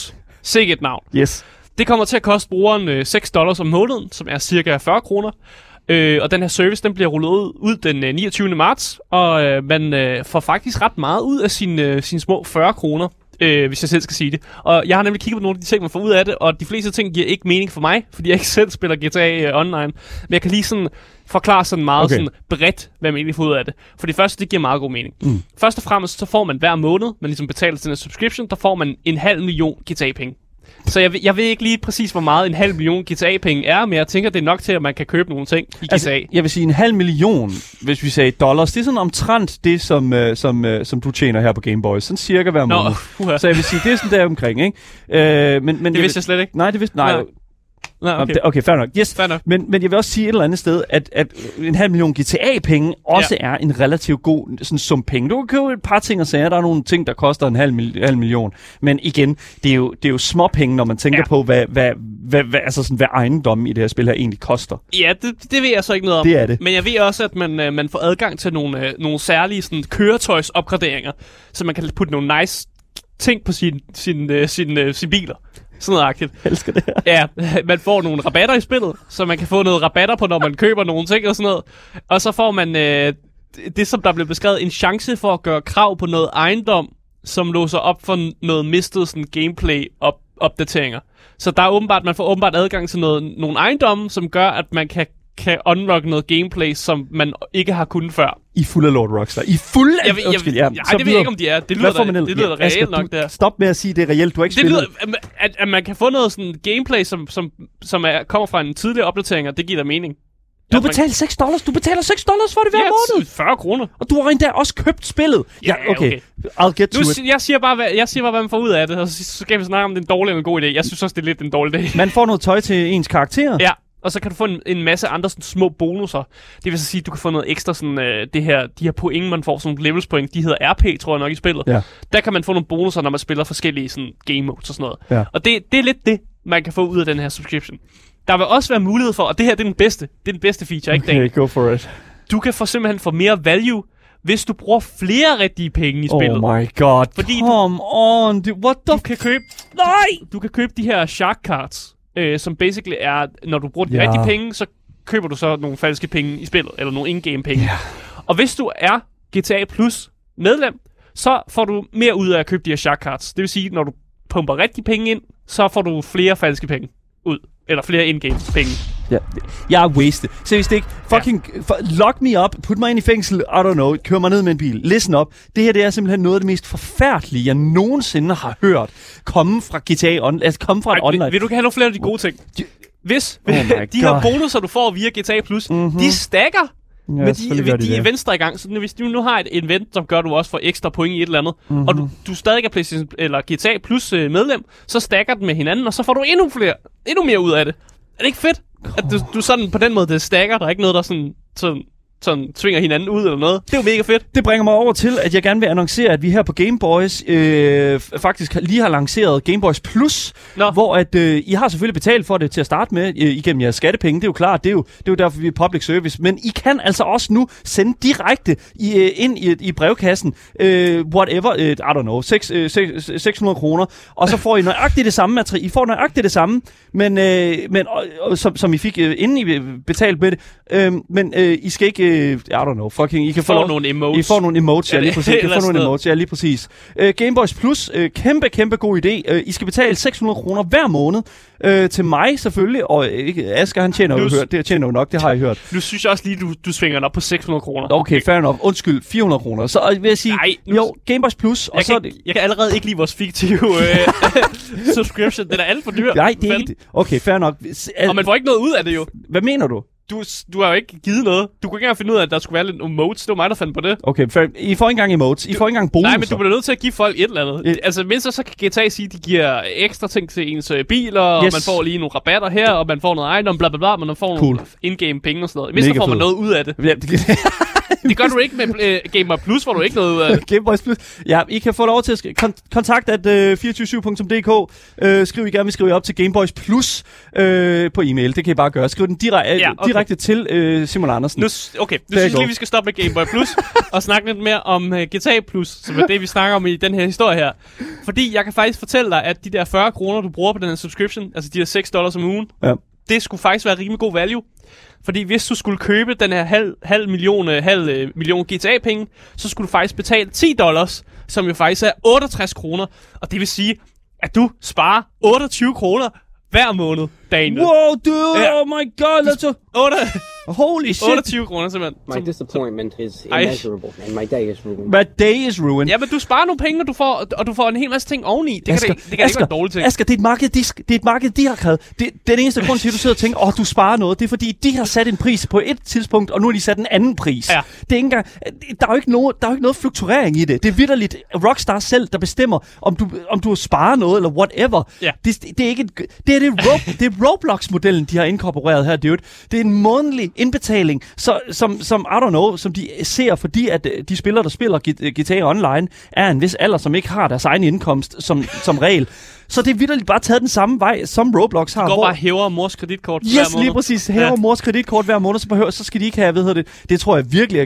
Sikke et navn. Yes. Det kommer til at koste brugeren øh, seks dollars om måneden, som er cirka fyrre kroner. Øh, og den her service, den bliver rullet ud, ud den øh, niogtyvende marts, og øh, man øh, får faktisk ret meget ud af sine øh, sin små fyrre kroner. Øh, hvis jeg selv skal sige det. Og jeg har nemlig kigget på nogle af de ting, man får ud af det, og de fleste ting giver ikke mening for mig, fordi jeg ikke selv spiller G T A uh, Online. Men jeg kan lige sådan forklare sådan meget okay. sådan bredt, hvad man egentlig får ud af det. For det første, det giver meget god mening. Mm. Først og fremmest, så får man hver måned, man ligesom betaler til en subscription, der får man en halv million G T A-penge. Så jeg, jeg ved ikke lige præcis, hvor meget en halv million G T A-penge er, men jeg tænker, det er nok til, at man kan købe nogle ting i altså, G T A. Jeg vil sige, en halv million, hvis vi sagde dollars, det er sådan omtrent det, som, uh, som, uh, som du tjener her på Game Boys. Sådan cirka hver måned. Nå, så jeg vil sige, det er sådan der omkring, ikke? Uh, men, men det jeg vidste jeg slet ikke. Nej, det vidste nej. nej. Nå, okay. Okay, fair nok. Yes. Fair nok. Men, men jeg vil også sige et eller andet sted, at, at en halv million G T A-penge også ja. er en relativt god sådan, sum penge. Du kan købe et par ting og sager. Der er nogle ting, der koster en halv, mil, halv million. Men igen, det er jo, det er jo små penge, når man tænker ja. på, hvad, hvad, hvad, hvad, altså sådan, hvad ejendommen i det her spil her egentlig koster. Ja, det, det ved jeg så ikke noget om. Det er det. Men jeg ved også, at man, øh, man får adgang til nogle, øh, nogle særlige sådan, køretøjsopgraderinger, så man kan putte nogle nice ting på sin, sin, øh, sin, øh, sin biler. Sådan noget agtigt. Jeg elsker det her. Ja, man får nogle rabatter i spillet, så man kan få noget rabatter på, når man køber nogle ting og sådan noget. Og så får man øh, det, som der blev beskrevet, en chance for at gøre krav på noget ejendom, som låser op for noget mistet sådan gameplay-opdateringer. Så der er åbenbart, man får åbenbart adgang til noget, nogle ejendomme, som gør, at man kan kan unlock noget gameplay, som man ikke har kunnet før. I fuld af Lord Rockstar. I fuld af... Jeg, jeg, Undskyld, ja. Jeg, jeg, det ved jeg ikke, om de er. Det lyder da, det lyder da reelt nok, der. Stop med at sige, det er reelt. Du har ikke det spillet... Lyder, at, at man kan få noget sådan gameplay, som, som, som er, kommer fra en tidligere opdatering, og det giver da mening. Du betaler seks dollars. Du betaler seks dollars for det hver ja, måned. fyrre kroner. Og du har endda også købt spillet. Ja, okay. okay. I'll get to nu, it. Jeg siger, bare, hvad, jeg siger bare, hvad man får ud af det, og så, så kan vi snakke om, det er en dårlig eller en god idé. Jeg synes også, det er lidt en dårlig idé. Man får noget tøj til ens karakter. Ja. Og så kan du få en, en masse andre sådan, små bonusser. Det vil så sige, at du kan få noget ekstra sådan, øh, det her, de her point, man får, sådan levels point, de hedder R P, tror jeg nok, i spillet. Ja. Der kan man få nogle bonusser, når man spiller forskellige sådan, game modes og sådan noget. Ja. Og det, det er lidt det, man kan få ud af den her subscription. Der vil også være mulighed for, og det her det er den bedste, det er den bedste feature, ikke? Okay, go for it. Du kan få simpelthen få mere value, hvis du bruger flere rigtige penge i spillet. Oh my god, fordi come du, on, dude. What the... Du kan købe... Nej! Du, du kan købe de her shark cards, øh, som basically er, når du bruger de ja. rigtige penge, så køber du så nogle falske penge i spillet, eller nogle in-game penge. Yeah. Og hvis du er G T A Plus medlem, så får du mere ud af at købe de her shark cards. Det vil sige, når du pumper rigtige penge ind, så får du flere falske penge ud. Eller flere in-game penge. Ja, jeg er wasted. Seriøst ikke. Fucking ja. for, lock me up. Put mig ind i fængsel. I don't know. Kør mig ned med en bil. Listen up. Det her det er simpelthen noget af det mest forfærdelige, jeg nogensinde har hørt komme fra G T A on, altså komme fra Ej, et online. Vil, vil du have nogle flere af de gode ting? Hvis oh de her bonusser, du får via G T A Plus, mm-hmm. de stacker ja, med de, de, de events, der er i gang. Så hvis du nu har et event, som gør, du også får ekstra point i et eller andet, mm-hmm. og du, du stadig er PlayStation eller G T A Plus øh, medlem, så stacker den med hinanden, og så får du endnu flere, endnu mere ud af det. Er det ikke fedt? At du, du sådan på den måde, det stacker, der er ikke noget, der sådan, sådan, sådan tvinger hinanden ud eller noget. Det er jo mega fedt. Det bringer mig over til, at jeg gerne vil annoncere, at vi her på Game Boys øh, faktisk lige har lanceret Game Boys Plus, Nå. hvor at øh, I har selvfølgelig betalt for det til at starte med øh, igennem jeres skattepenge. Det er jo klart, det er jo, det er jo derfor, vi er public service. Men I kan altså også nu sende direkte i, øh, ind i, i brevkassen, øh, whatever, øh, I don't know, seks hundrede kroner, og så får I nøjagtigt det samme materiale. I får nøjagtigt det samme, men, øh, men og, og, som, som I fik øh, inden I betalte med det. Øh, men øh, I skal ikke I don't know, fucking, I kan få lov, nogle emotes. I får nogle emotes, ja, lige præcis. I kan få nogle emotes, ja, lige præcis. Uh, Game Boys Plus, uh, kæmpe, kæmpe god idé. Uh, I skal betale seks hundrede kroner hver måned. Uh, til mig selvfølgelig, og ikke, Asger, han tjener jo, hørt, det tjener jo nok, det har I hørt. Du synes også lige, du, du svinger den op på seks hundrede kroner. Okay, fair enough. Undskyld, fire hundrede kroner. Så uh, vil jeg sige, Nej, nu, jo, Game Boys Plus, og jeg så... Kan, jeg kan allerede ikke lide vores fiktive uh, subscription. Den er alt for dyr. Nej, det er ikke... Okay, fair nok. Og man får ikke noget ud af det jo. Hvad mener du? Du, du har jo ikke givet noget. Du kunne ikke engang finde ud af, at der skulle være lidt emotes. Det var mig, der fandt på det. Okay, fair. I får ikke engang emotes. I får ikke engang bonusser. Nej, men du bliver nødt til at give folk et eller andet. Et... Altså, mindst så kan G T A sige, at de giver ekstra ting til ens biler, yes. og man får lige nogle rabatter her, og man får noget ejendom, bla bla bla, men man får cool. nogle in-game penge og sådan noget. Mindst så får man fed. noget ud af det. Det gør du ikke med uh, Game Boy Plus, hvor du ikke noget ud af det. Game Boy Plus. Ja, I kan få lov til at skrive kon- kontakt at uh, fire syv syv punktum d k. Uh, skriv I gerne, vi skriver op til Game Boys Plus uh, på e-mail. Det kan I bare gøre. Skriv den dire- ja, okay. direkte til uh, Simon Andersen. Nu, okay, nu synes jeg lige, vi skal stoppe med Game Boy Plus og snakke lidt mere om uh, G T A Plus, som er det, vi snakker om i den her historie her. Fordi jeg kan faktisk fortælle dig, at de der fyrre kroner, du bruger på den her subscription, altså de der seks dollars om ugen, ja. det skulle faktisk være rimelig god value. Fordi hvis du skulle købe den her halv, halv million, halv øh, million G T A-penge, så skulle du faktisk betale ti dollars, som jo faktisk er otteogtres kroner. Og det vil sige, at du sparer otteogtyve kroner hver måned, Daniel. Wow, dude! Ja. Oh my god, that's a... otte... Holy shit! otteogtyve kroner simpelthen. My disappointment is immeasurable, and my day is ruined. My day is ruined. Ja, men du sparer nogle penge, og du får, og du får en hel masse ting oveni. Det Asger, kan, det, det kan Asger, ikke være dårligt ting. Asger, det er et marked, de, det er et marked, de har krævet. Det, den eneste grund til, at du sidder og tænker, åh, oh, du sparer noget, det er fordi, de har sat en pris på et tidspunkt, og nu har de sat en anden pris. Ja. Det er ikke engang, der er jo ikke noget, der er jo ikke noget fluktuering i det. Det er vitterligt Rockstar selv, der bestemmer, om du, om du sparer noget, eller whatever. Ja. Det, det er ikke et, det er, det, Ro, det er Roblox-modellen, de har inkorporeret her, dude. Det er en månedlig indbetaling, så, som, som, I don't know, som de ser, fordi at de spillere, der spiller G T A Online, er en vis alder, som ikke har deres egen indkomst som, som regel. Så det er vitterligt bare taget den samme vej, som Roblox har. De går hvor... bare og hæver mors kreditkort yes, hver måned. Lige præcis. Hæver ja. mors kreditkort hver måned, så, behøver, så skal de ikke have, ved det. Det tror jeg virkelig,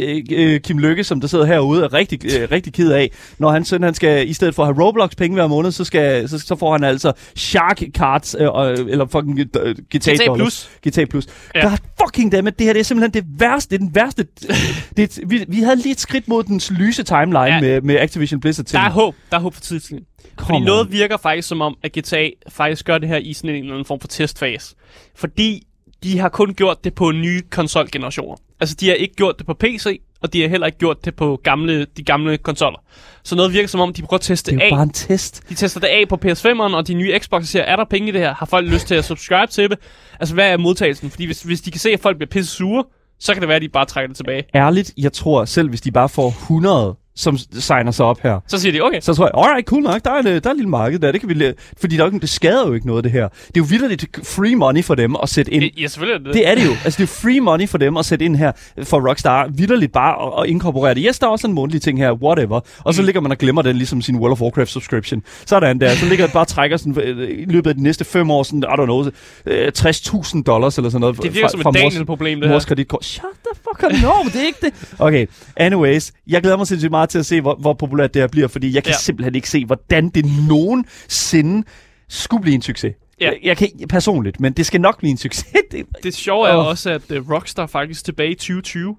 at Kim Lykke, som der sidder herude, er rigtig, rigtig ked af. Når han søn, han skal, i stedet for at have Roblox-penge hver måned, så, skal, så, så får han altså Shark Cards, øh, eller fucking uh, G T A Plus. G T A Plus. Ja. God fucking dammit, det her det er simpelthen det værste. Det er den værste. det, vi, vi havde lige et skridt mod den lyse timeline ja. med, med Activision Blizzard. Der er håb. Der er håb for tidslinjen. Fordi noget virker faktisk som om, at G T A faktisk gør det her i sådan en eller anden form for testfase. Fordi de har kun gjort det på nye konsolgenerationer. Altså, de har ikke gjort det på P C, og de har heller ikke gjort det på gamle, de gamle konsoller. Så noget virker som om, de prøver at teste af. Det er jo bare en test. De tester det af på P S fem'eren, og de nye Xbox'er siger, er der penge i det her? Har folk lyst til at subscribe til det? Altså, hvad er modtagelsen? Fordi hvis, hvis de kan se, at folk bliver pisse sure, så kan det være, at de bare trækker det tilbage. Ærligt, jeg tror selv, hvis de bare får hundrede som signer sig op her. Så siger de, okay. Så tror jeg, alright, cool nok, der er, en, der er en lille marked der, det kan vi lære. Fordi der er ikke, det skader jo ikke noget, det her. Det er jo vitterligt free money for dem at sætte ind. Ja, selvfølgelig er det. Det er det jo. Altså, det er free money for dem at sætte ind her for Rockstar. Vitterligt bare at, at inkorporere det. Yes, der er også en månedlig ting her, whatever. Og så mm. ligger man og glemmer den, ligesom sin World of Warcraft subscription. Sådan der. Så ligger det bare og trækker sådan, i løbet af de næste fem år, sådan, I don't know, tres tusind dollars eller sådan noget. Det virker fra, som et Daniel-problem, det her. Mors kreditkort. Shut the fuck up, no, det er ikke det. Okay, anyways. Jeg glæder mig sindssygt meget til at se, hvor, hvor populært det her bliver, fordi jeg kan ja. simpelthen ikke se, hvordan det nogensinde skulle blive en succes. Ja. Jeg, jeg kan personligt, men det skal nok blive en succes. det, det sjove er oh. også, at uh, Rockstar faktisk tilbage i tyve tyve,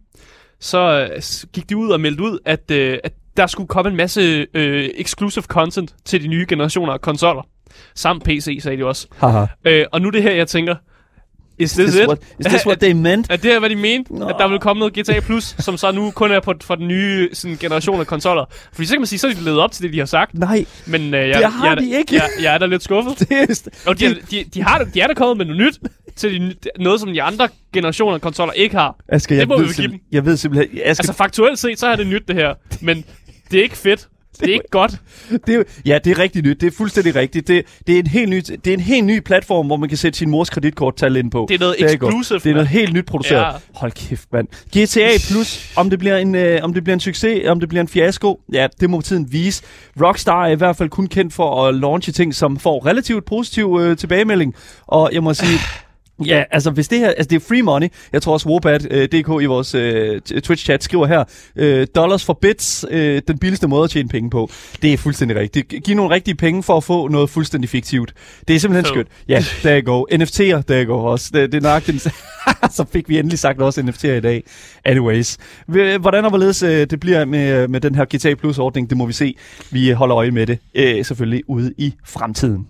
så uh, gik de ud og meldte ud, at, uh, at der skulle komme en masse uh, exclusive content til de nye generationer af konsoller. Samt P C, sagde de også. uh, og nu det her, jeg tænker, Is this, is this it? What, is this what they meant? Er det her, hvad de mente? No. At der vil komme noget G T A Plus, som så nu kun er på, for den nye sådan, generation af konsoller. Fordi så kan man sige, så er de levet op til det, de har sagt. Nej, men, uh, jeg, det har jeg, de ikke. Jeg, jeg er da lidt skuffet. Det er, og de, de, de, de, har, de er da kommet med noget nyt, til de, noget, som de andre generationer af konsoller ikke har. Asger, det må jeg vi ved give dem. Jeg ved simpelthen... Asger... Altså faktuelt set, så er det nyt det her. Men det er ikke fedt. Det er ikke godt. Det er, ja, det er rigtig nyt. Det er fuldstændig rigtigt. Det, det, er en helt ny, det er en helt ny platform, hvor man kan sætte sin mors kreditkorttal ind på. Det er noget det er exclusive. Det er noget helt nyt produceret. Ja. Hold kæft, mand. G T A Plus, om det bliver en, øh, om det bliver en succes, om det bliver en fiasko, ja, det må tiden vise. Rockstar er i hvert fald kun kendt for at launche ting, som får relativt positiv øh, tilbagemelding. Og jeg må sige... Ja, altså hvis det her, altså det er free money. Jeg tror også Wobat punktum d k i vores øh, Twitch-chat skriver her, øh, dollars for bits, øh, den billigste måde at tjene penge på. Det er fuldstændig rigtigt. Giv nogle rigtige penge for at få noget fuldstændig fiktivt. Det er simpelthen so. skønt. Ja, der er go. N F T'er, der er go også. Det, det er nok den... Så fik vi endelig sagt også N F T'er i dag. Anyways. Hvordan og hvorledes øh, det bliver med, med den her G T A Plus-ordning, det må vi se. Vi holder øje med det, øh, selvfølgelig ude i fremtiden.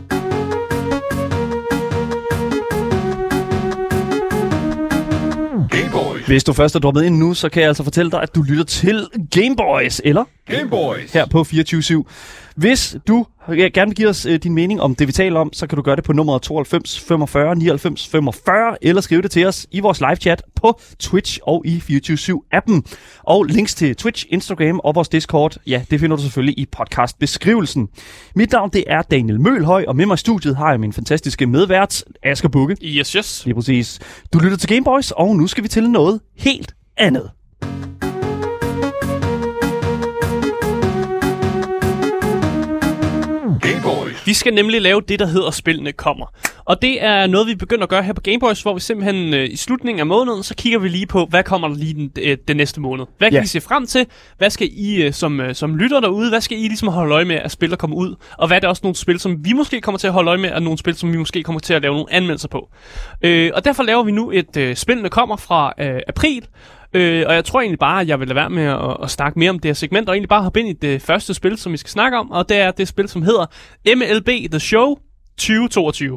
Hvis du først er droppet ind nu, så kan jeg altså fortælle dig, at du lytter til Game Boys, eller? Game Boys. Her på fireogtyve syv. Hvis du gerne vil give os øh, din mening om det, vi taler om, så kan du gøre det på nummeret tooghalvfems femogfyrre nioghalvfems femogfyrre, eller skrive det til os i vores live-chat på Twitch og i fireogtyve syv-appen. Og links til Twitch, Instagram og vores Discord, ja, det finder du selvfølgelig i podcastbeskrivelsen. Mit navn, det er Daniel Mølhøj, og med mig i studiet har jeg min fantastiske medvært, Asger Bugge. Yes, yes. Lige præcis. Du lytter til Game Boys, og nu skal vi til noget helt andet. Vi skal nemlig lave det, der hedder Spillene Kommer. Og det er noget, vi begynder at gøre her på Gameboys, hvor vi simpelthen øh, i slutningen af måneden, så kigger vi lige på, hvad kommer der lige den, øh, den næste måned. Hvad kan yeah. I se frem til? Hvad skal I øh, som, øh, som lytter derude, hvad skal I ligesom holde øje med, at spil der kommer ud? Og hvad er det også nogle spil, som vi måske kommer til at holde øje med, og nogle spil, som vi måske kommer til at lave nogle anmeldelser på? Øh, og derfor laver vi nu et øh, Spillene Kommer fra øh, april. Øh, og jeg tror egentlig bare, at jeg vil lade være med at, at snakke mere om det her segment, og egentlig bare hoppe ind i det første spil, som vi skal snakke om, og det er det spil, som hedder M L B The Show tyve toogtyve.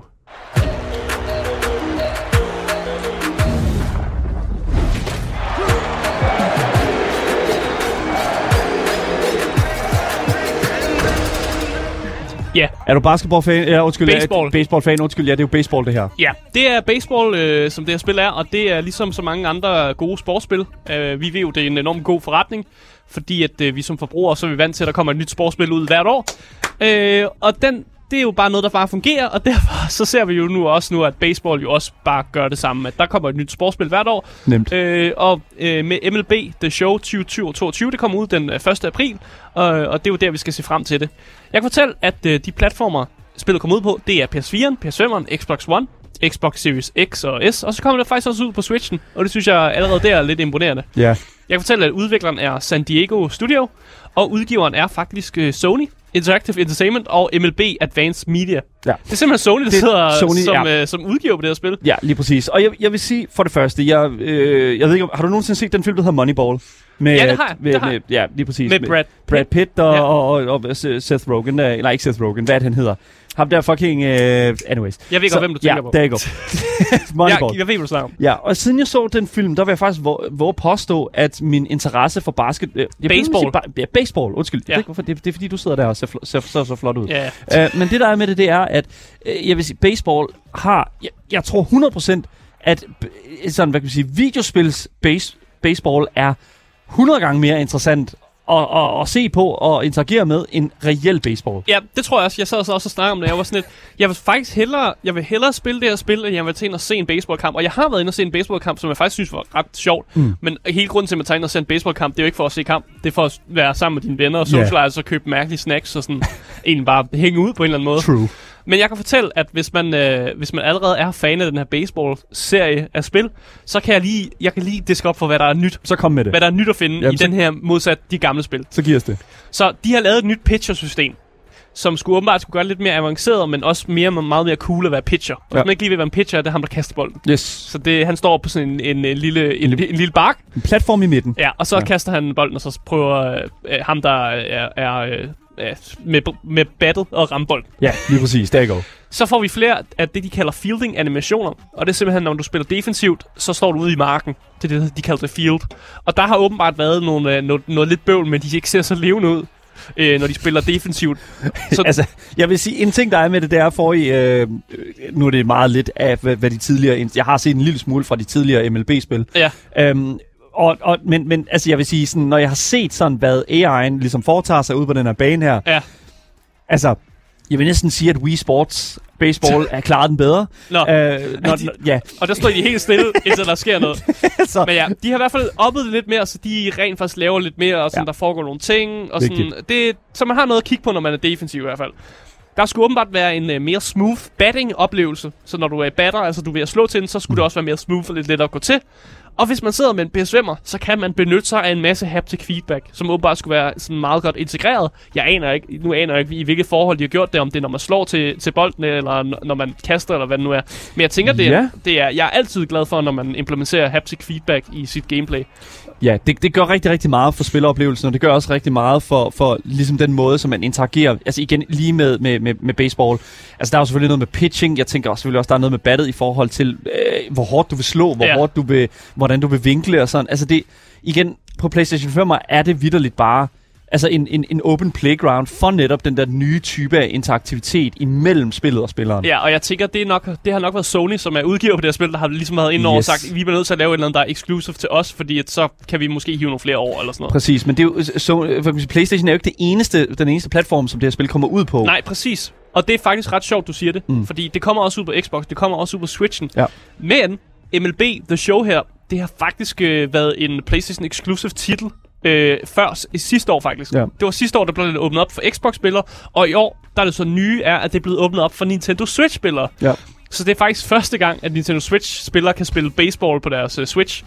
Ja. Yeah. Er du basketballfan? Ja, undskyld. Baseball. Baseballfan, undskyld. Ja, det er jo baseball, det her. Ja, det er baseball, øh, som det her spil er, og det er ligesom så mange andre gode sportsspil. Uh, vi ved jo, det er en enormt god forretning, fordi at uh, vi som forbrugere, så er vi vant til, at der kommer et nyt sportsspil ud hvert år. Uh, og den, det er jo bare noget, der bare fungerer, og derfor så ser vi jo nu også nu, at baseball jo også bare gør det samme, at der kommer et nyt sportsspil hvert år. Nemt. Uh, og uh, med M L B The Show tyve toogtyve, det kommer ud den uh, første april, og, og det er jo der, vi skal se frem til det. Jeg kan fortælle, at uh, de platformer, spillet kommer ud på, det er P S fire'en, P S fem'eren, Xbox One, Xbox Series X og S, og så kommer det faktisk også ud på Switchen, og det synes jeg allerede der er lidt imponerende. Ja. Yeah. Jeg kan fortælle, at udvikleren er San Diego Studio, og udgiveren er faktisk uh, Sony Interactive Entertainment og M L B Advanced Media. Ja. Det er simpelthen Sony, der det sidder Sony, som, ja. øh, som udgiver på det her spil. Ja, lige præcis. Og jeg, jeg vil sige, for det første, jeg, øh, jeg ved ikke, har du nogensinde set den film, der hedder Moneyball? Med, ja, det har jeg. Med, det har med, ja, lige præcis. Med Brad Pitt. Brad Pitt og, ja. og, og, og Seth Rogen. Der, nej, ikke Seth Rogen. Hvad er det, han hedder? Ham der fucking... Uh, anyways. Jeg ved godt, hvem du tænker ja, på. Ja, der er godt. Moneyball. Ja, jeg ved, hvad du snakker om. Ja, og siden jeg så den film, der vil jeg faktisk våge påstå, at min interesse for basket... Øh, baseball. Ba- ja, baseball. Undskyld. Ja. Jeg ved ikke, hvorfor. Det, det er fordi, du sidder der og ser, fl- ser, ser så flot ud. Ja. Uh, men det der er med det, det er, at uh, jeg vil sige, baseball har... Jeg, jeg tror hundrede procent, at sådan, hvad kan man sige, videospils base, baseball er hundrede gange mere interessant at, at, at se på og interagere med en reel baseball. Ja, det tror jeg også. Jeg sad også og snakkede om det. Jeg var sådan lidt, jeg vil faktisk hellere, jeg vil hellere spille det her spil, end jeg vil tage ind og se en baseballkamp. Og jeg har været inde og se en baseballkamp, som jeg faktisk synes var ret sjovt. Mm. Men hele grunden til, at man tager ind og se en baseballkamp, det er jo ikke for at se kamp. Det er for at være sammen med dine venner og socialize yeah. og købe mærkelige snacks og sådan egentlig bare hænge ud på en eller anden måde. True. Men jeg kan fortælle, at hvis man, øh, hvis man allerede er fan af den her baseball-serie af spil, så kan jeg lige, jeg kan lige diske op for, hvad der er nyt. Så kom med det. Hvad der er nyt at finde Jamen, i så... den her modsat de gamle spil. Så giver os det. Så de har lavet et nyt pitcher-system, som skulle åbenbart skulle gøre det lidt mere avanceret, men også mere, meget mere cool at være pitcher. Og ja. Hvis man ikke lige ved, hvad en pitcher er, det er ham, der kaster bolden. Yes. Så det, han står på sådan en, en, en, lille, en, en, en lille bark. En platform i midten. Ja, og så ja. kaster han bolden, og så prøver øh, ham, der er... er øh, med, med battet og ramme bolden. Ja, lige præcis. Der går. Så får vi flere af det, de kalder fielding animationer. Og det er simpelthen, når du spiller defensivt, så står du ude i marken. Det er det, de kalder det field. Og der har åbenbart været nogle, noget, noget lidt bøvl, men de ikke ser så levende ud, øh, når de spiller defensivt. Så altså, jeg vil sige, en ting, der er med det, det er for i... Øh, nu er det meget lidt af, hvad, hvad de tidligere... Jeg har set en lille smule fra de tidligere M L B-spil. Ja. Øhm, Og, og, men, men altså, jeg vil sige, sådan, når jeg har set sådan, hvad A I'en ligesom foretager sig ude på den her bane her, ja. altså, jeg vil næsten sige, at Wii Sports Baseball er klaret den bedre. Nå. Øh, når, de, ja. Og der står de helt stille, indtil der sker noget. Så. Men ja, de har i hvert fald oppet det lidt mere, så de rent faktisk laver lidt mere, og sådan, ja. der foregår nogle ting. Og sådan, det, så man har noget at kigge på, når man er defensiv i hvert fald. Der skulle åbenbart være en uh, mere smooth batting-oplevelse. Så når du er batter, altså du er ved at slå til den, så skulle mm. det også være mere smooth og lidt lettere at gå til. Og hvis man sidder med en P S fem'er, så kan man benytte sig af en masse haptic feedback, som åbenbart skulle være sådan meget godt integreret. Jeg aner ikke, nu aner jeg ikke, i hvilket forhold de har gjort det, om det er, når man slår til, til bolden, eller når man kaster, eller hvad det nu er. Men jeg tænker, det er, ja. det er, jeg er altid glad for, når man implementerer haptic feedback i sit gameplay. Ja, det, det gør rigtig, rigtig meget for spilleoplevelsen, og det gør også rigtig meget for, for ligesom den måde, som man interagerer. Altså igen, lige med, med, med, med baseball. Altså der er jo selvfølgelig noget med pitching. Jeg tænker også selvfølgelig også, der er noget med battet i forhold til, øh, hvor hårdt du vil slå, hvor ja. hårdt du vil, hvordan du vil vinkle og sådan. Altså det, igen, på PlayStation fem'er er det vitterligt bare altså en, en, en open playground for netop den der nye type af interaktivitet imellem spillet og spilleren. Ja, og jeg tænker, det, er nok, det har nok været Sony, som er udgiver på det her spil, der har ligesom været inde over yes. og sagt, vi er nødt til at lave et eller andet, der er exclusive til os, fordi at så kan vi måske hive nogle flere år eller sådan noget. Præcis, men det er jo, så, PlayStation er jo ikke det eneste, den eneste platform, som det her spil kommer ud på. Nej, præcis. Og det er faktisk ret sjovt, du siger det, mm. fordi det kommer også ud på Xbox, det kommer også ud på Switchen. Ja. Men M L B The Show her, det har faktisk øh, været en PlayStation exclusive titel øh, før sidste år faktisk. Ja. Det var sidste år, der blev det åbnet op for Xbox-spillere, og i år, der er det så nye, er, at det er blevet åbnet op for Nintendo Switch-spillere. Ja. Så det er faktisk første gang, at Nintendo Switch-spillere kan spille baseball på deres uh, Switch.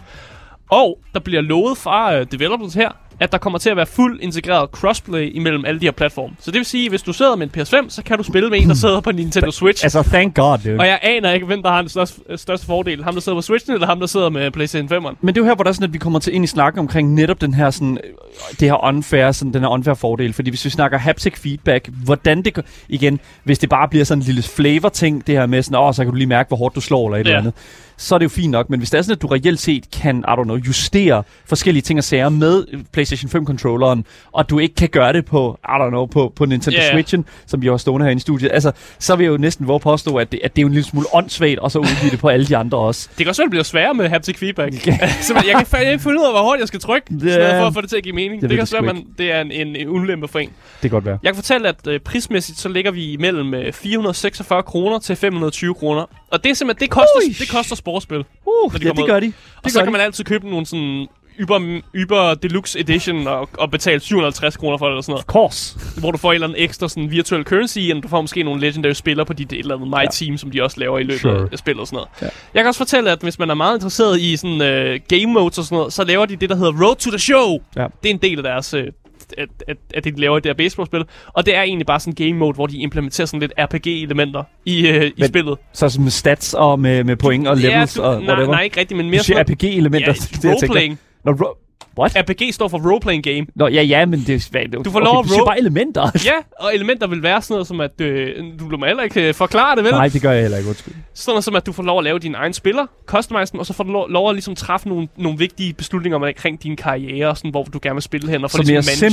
Og der bliver lovet fra uh, developers her, at der kommer til at være fuld integreret crossplay imellem alle de her platforme. Så det vil sige, at hvis du sidder med en P S fem, så kan du spille med en, der sidder på Nintendo Switch. Altså, thank God, dude. Og jeg aner ikke, hvem der har den største, største fordel. Ham, der sidder på Switchen, eller ham, der sidder med PlayStation fem'eren. Men det er jo her, hvor der er sådan, at vi kommer til ind i snakken omkring netop den her sådan, det her unfair, sådan, den her unfair fordel. Fordi hvis vi snakker haptic feedback, hvordan det igen, hvis det bare bliver sådan en lille flavor-ting, det her med sådan, åh, så kan du lige mærke, hvor hårdt du slår, eller et ja. eller andet, så er det jo fint nok. Men hvis det er sådan, at du reelt set kan, I don't know, justere forskellige ting og sager med PlayStation fem-controlleren, og du ikke kan gøre det på, I don't know, på, på Nintendo yeah. Switchen, som vi har stående her i studiet, altså, så vil jeg jo næsten våge påstå, at det, at det er jo en lille smule åndssvagt, og så udgive det på alle de andre også. Det kan også vel blive sværere med haptic feedback. Så jeg kan faktisk ikke finde ud af, hvor hårdt jeg skal trykke, yeah. for at få det til at give mening. Det, det kan være, at det er en, en, en ulempe for en. Det kan godt være. Jeg kan fortælle, at uh, prismæssigt, så ligger vi imellem uh, fire hundrede og seksogfyrre kroner til fem hundrede og tyve kroner. Og det er simpelthen, det koster, det koster sportsspil. Uh, de ja, det gør de. Det og så kan de. man altid købe nogle sådan Uber, Uber Deluxe Edition og, og betale syv hundrede og halvtreds kroner for det eller sådan noget. Of course. Hvor du får en eller anden ekstra sådan virtual currency, og du får måske nogle legendary spillere på dit et eller andet My ja. Team, som de også laver i løbet sure. af spillet og sådan noget. Ja. Jeg kan også fortælle, at hvis man er meget interesseret i sådan uh, game modes og sådan noget, så laver de det, der hedder Road to the Show. Ja. Det er en del af deres uh, at, at, at de laver det der baseballspil. Og det er egentlig bare sådan en game mode, hvor de implementerer sådan lidt R P G-elementer i, øh, i spillet. Så med stats og med, med point og levels ja, du, og nej, whatever? Nej, ikke rigtigt, men mere sådan... R P G-elementer? Ja, roleplaying. Nå, ro- What? R P G står for role-playing game. Nå, ja, ja, men det er... Du får okay, lov at ro- bare elementer. Ja, og elementer vil være sådan noget som, at øh, du må heller ikke øh, forklare det, vel? Nej, det gør jeg heller ikke, undskyld. Sådan noget som, at du får lov at lave dine egne spiller, customize dem, og så får du lov, lov at ligesom træffe nogle, nogle vigtige beslutninger omkring din karriere, sådan, hvor du gerne vil spille hen. Og så mere sim?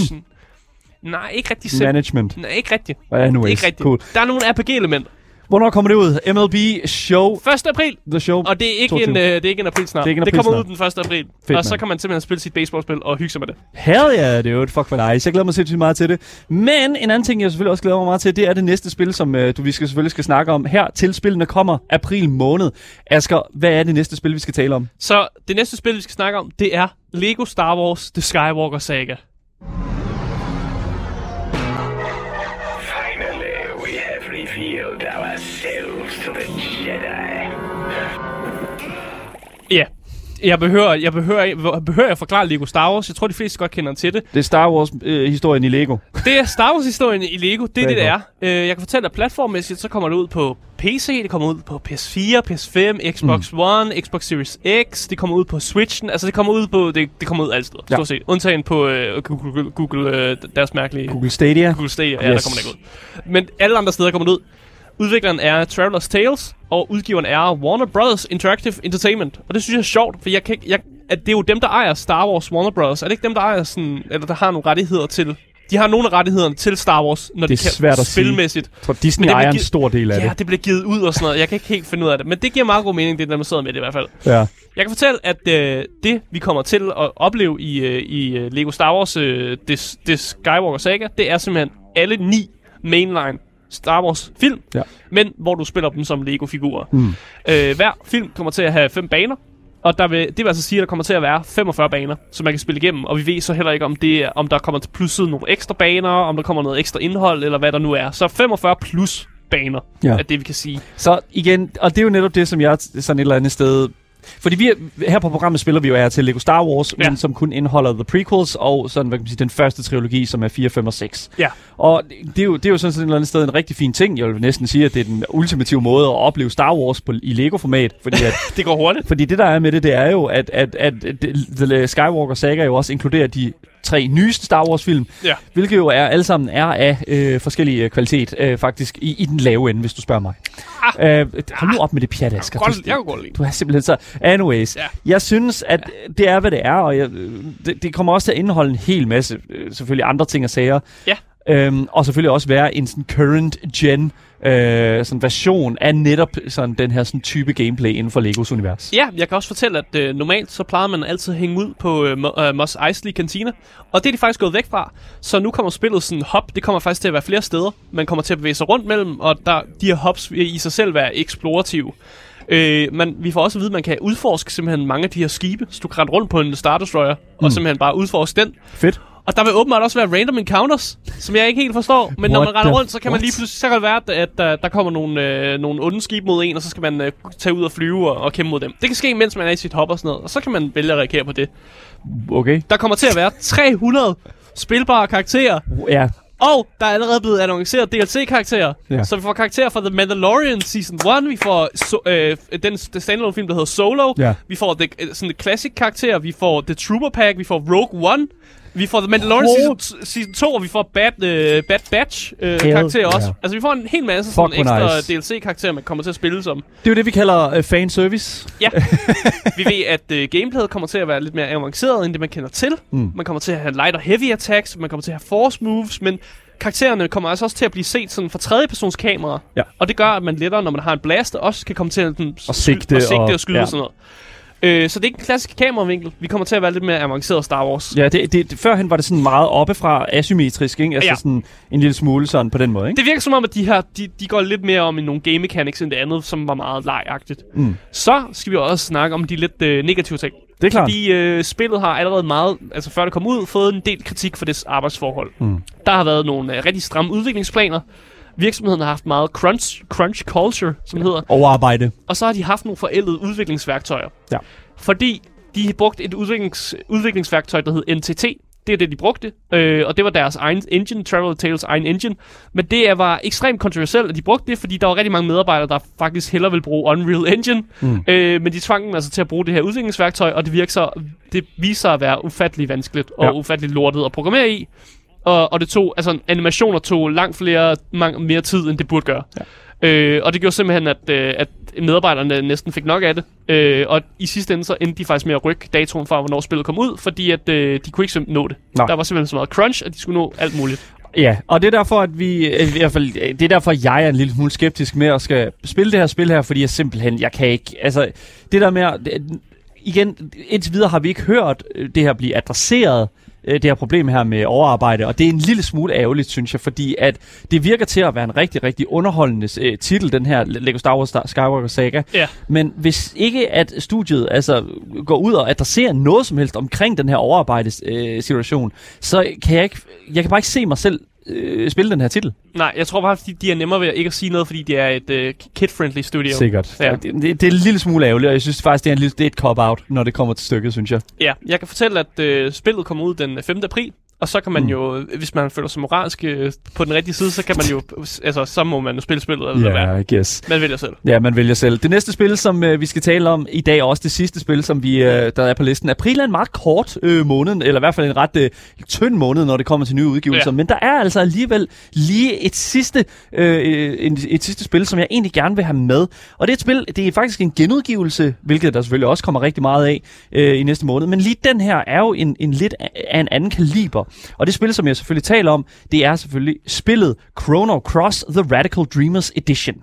Nej, ikke rigtig sim. Management? Nej, ikke rigtigt. Anyways, ikke rigtigt. Cool. Der er nogle R P G-elementer. Hvornår kommer det ud? M L B Show? første april. The Show. Og det er ikke, en, uh, det er ikke en april snart. Det, det kommer snart. ud den første april. Fedt, og så kan man simpelthen spille sit baseballspil og hygge sig med det. Hell yeah, dude. Fuck for nice. Jeg glæder mig sindssygt meget til det. Men en anden ting, jeg selvfølgelig også glæder mig meget til, det er det næste spil, som uh, du vi skal, selvfølgelig skal snakke om her til spillene kommer april måned. Asger, hvad er det næste spil, vi skal tale om? Så det næste spil, vi skal snakke om, det er Lego Star Wars The Skywalker Saga. Revealed ourselves to the Jedi. Ja, yeah. jeg behøver, jeg behøver, behøver jeg forklare Lego Star Wars. Jeg tror, de fleste godt kender til det. Det er Star Wars-historien øh, i Lego. Det er Star Wars-historien i Lego. Det er det, det er. Uh, jeg kan fortælle, at platformmæssigt, så kommer det ud på P C, det kommer ud på P S fire, P S fem, Xbox mm. One, Xbox Series X, det kommer ud på Switchen. Altså, det kommer ud på det, det kommer ud alle steder, ja. Stort set. Undtagen på uh, Google, Google uh, deres mærkelige... Google Stadia. Google Stadia, ja, yes. Der kommer det ikke ud. Men alle andre steder kommer det ud. Udvikleren er Traveler's Tales, og udgiveren er Warner Brothers Interactive Entertainment. Og det synes jeg er sjovt, for jeg kan, jeg, at det er jo dem, der ejer Star Wars, Warner Brothers. Er det ikke dem, der ejer sådan, eller der har nogle rettigheder til... De har nogle af rettighederne til Star Wars, når det, det kan svært at spilmæssigt. Jeg tror, Disney ejer en stor del af ja, det. Ja, det bliver givet ud og sådan noget. Jeg kan ikke helt finde ud af det. Men det giver meget god mening, det der man sidder med det i hvert fald. Ja. Jeg kan fortælle, at øh, det, vi kommer til at opleve i, øh, i uh, Lego Star Wars øh, det, det Skywalker Saga, det er simpelthen alle ni mainline Star Wars film, ja. Men hvor du spiller dem som Lego-figurer. Mm. Øh, hver film kommer til at have fem baner, og der vil, det vil altså sige, at der kommer til at være femogfyrre baner, som man kan spille igennem, og vi ved så heller ikke, om, det, om der kommer til plusset nogle ekstra baner, om der kommer noget ekstra indhold, eller hvad der nu er. Så femogfyrre plus baner, ja. Er det, vi kan sige. Så igen, og det er jo netop det, som jeg sådan et eller andet sted... Fordi vi er, her på programmet spiller vi jo her til Lego Star Wars, ja. Men som kun indeholder the prequels og sådan, hvad kan man sige, den første trilogi, som er fire, fem og seks. Ja. Og det er jo, det er jo sådan et eller andet sted en rigtig fin ting. Jeg vil næsten sige, at det er den ultimative måde at opleve Star Wars på, i Lego-format. Fordi at, det går hurtigt. Fordi det, der er med det, det er jo, at, at, at, at The Skywalker Saga jo også inkluderer de tre nyeste Star Wars-film, ja. Hvilket jo er alle sammen er af øh, forskellige kvalitet, øh, faktisk i, i den lave ende, hvis du spørger mig. Ah. Øh, hold nu op med det pjat, Asger. Du, jeg kan godt lide. Du er simpelthen så... Anyways, ja. Jeg synes, at ja. Det er, hvad det er, og jeg, det, det kommer også til at indeholde en hel masse, øh, selvfølgelig andre ting og sager. Ja. Øhm, og selvfølgelig også være en sådan current gen øh, sådan version af netop sådan den her sådan type gameplay inden for Legos univers. Ja, jeg kan også fortælle, at øh, normalt så plejede man altid at hænge ud på øh, uh, Mos Eisley Cantina, og det er de faktisk gået væk fra. Så nu kommer spillet sådan hop, det kommer faktisk til at være flere steder, man kommer til at bevæge sig rundt mellem, og der, de her hops vil i sig selv være eksplorative. Øh, man, vi får også at vide, at man kan udforske simpelthen mange af de her skibe. Så du kan rende rundt på en Star Destroyer, mm. og simpelthen bare udforske den. Fedt. Og der vil åbenbart også være random encounters, som jeg ikke helt forstår. Men What når man render rundt, så kan man lige pludselig, så kan det være, at der, der kommer nogle, øh, nogle onde skibe mod en, og så skal man øh, tage ud og flyve og, og kæmpe mod dem. Det kan ske, mens man er i sit hop og sådan noget, og så kan man vælge at reagere på det. Okay. Der kommer til at være tre hundrede spilbare karakterer. Ja. Og der er allerede blevet annonceret D L C-karakterer. Ja. Så vi får karakterer fra The Mandalorian Season et. Vi får so, øh, den standalone film, der hedder Solo. Ja. Vi får the, sådan et classic karakter. Vi får The Trooper Pack. Vi får Rogue One. Vi får The Mandalorian oh. season, season to, og vi får Bad, uh, Bad Batch uh, karakterer også. Yeah. Altså vi får en hel masse sådan ekstra nice. D L C-karakterer, man kommer til at spille som. Det er jo det, vi kalder uh, fanservice. Ja. Vi ved, at uh, gameplayet kommer til at være lidt mere avanceret, end det man kender til. Mm. Man kommer til at have light og heavy attacks, man kommer til at have force moves, men karaktererne kommer altså også til at blive set sådan fra tredjepersons kamera. Ja. Og det gør, at man lettere, når man har en blaster, også kan komme til at, den, og sigte og, sigte og, og skyde ja. og sådan noget. Øh, så det er ikke en klassisk kameravinkel. Vi kommer til at være lidt mere avanceret Star Wars. Ja, det, det, det, førhen var det sådan meget oppefra asymmetrisk, ikke? Altså ja. sådan en lille smule sådan på den måde, ikke? Det virker som om, at de her, de, de går lidt mere om i nogle game mechanics end det andet, som var meget legagtigt. Mm. Så skal vi også snakke om de lidt øh, negative ting. Det er klart. Fordi øh, spillet har allerede meget, altså før det kom ud, fået en del kritik for dets arbejdsforhold. Mm. Der har været nogle øh, rigtig stramme udviklingsplaner. Virksomheden har haft meget crunch, crunch culture, som det hedder. Overarbejde. Og så har de haft nogle forældede udviklingsværktøjer. Ja. Fordi de har brugt et udviklings, udviklingsværktøj, der hed N T T. Det er det, de brugte. Øh, og det var deres egen engine, Travel Tales egen engine. Men det var ekstremt kontroversielt, at de brugte det, fordi der var rigtig mange medarbejdere, der faktisk hellere ville bruge Unreal Engine. Mm. Øh, men de tvang dem altså til at bruge det her udviklingsværktøj, og det virker så, det viser sig at være ufattelig vanskeligt og ja. ufattelig lortet at programmere i. Og, og det tog, altså animationer tog langt flere, mange, mere tid, end det burde gøre. Ja. Øh, og det gjorde simpelthen, at, øh, at medarbejderne næsten fik nok af det. Øh, og i sidste ende, så endte de faktisk med at rykke datoen fra, hvornår spillet kom ud, fordi at, øh, de kunne ikke nå det. Nej. Der var simpelthen så meget crunch, at de skulle nå alt muligt. Ja, og det er derfor, at vi, i hvert fald, det er derfor, jeg er en lille smule skeptisk med at skal spille det her spil her, fordi jeg simpelthen, jeg kan ikke, altså, det der med, det, igen, indtil videre har vi ikke hørt det her blive adresseret, det her problem her med overarbejde, og det er en lille smule ærgerligt, synes jeg, fordi at det virker til at være en rigtig, rigtig underholdende uh, titel, den her Lego Star Wars Star- Skywalker Saga. Ja. Men hvis ikke at studiet altså går ud og adresserer noget som helst omkring den her overarbejdes-situation, uh, så kan jeg ikke, jeg kan bare ikke se mig selv uh, spille den her titel. Nej, jeg tror bare, at de er nemmere ved at ikke at sige noget, fordi det er et uh, kid-friendly studio. Sikkert. Ja. Det, det, det er en lille smule ærgerligt, og jeg synes faktisk, det er, en lille, det er et cop-out, når det kommer til stykket, synes jeg. Ja, jeg kan fortælle, at uh, spillet kommer ud den femte april, og så kan man mm. jo, hvis man føler sig moralsk uh, på den rigtige side, så kan man jo, altså så må man jo spille spillet, eller yeah, hvad I guess. Man vælger selv. Ja, man vælger selv. Det næste spil, som uh, vi skal tale om i dag, og også det sidste spil, som vi uh, der er på listen. April er en meget kort uh, måned, eller i hvert fald en ret uh, tynd måned, når det kommer til nye udgivelser, ja. Men der er altså alligevel lige et sidste Øh, et, et sidste spil, som jeg egentlig gerne vil have med. Og det er et spil, det er faktisk en genudgivelse, hvilket der selvfølgelig også kommer rigtig meget af øh, i næste måned. Men lige den her er jo en, en lidt af en anden kaliber. Og det spil, som jeg selvfølgelig taler om, det er selvfølgelig spillet Chrono Cross The Radical Dreamers Edition.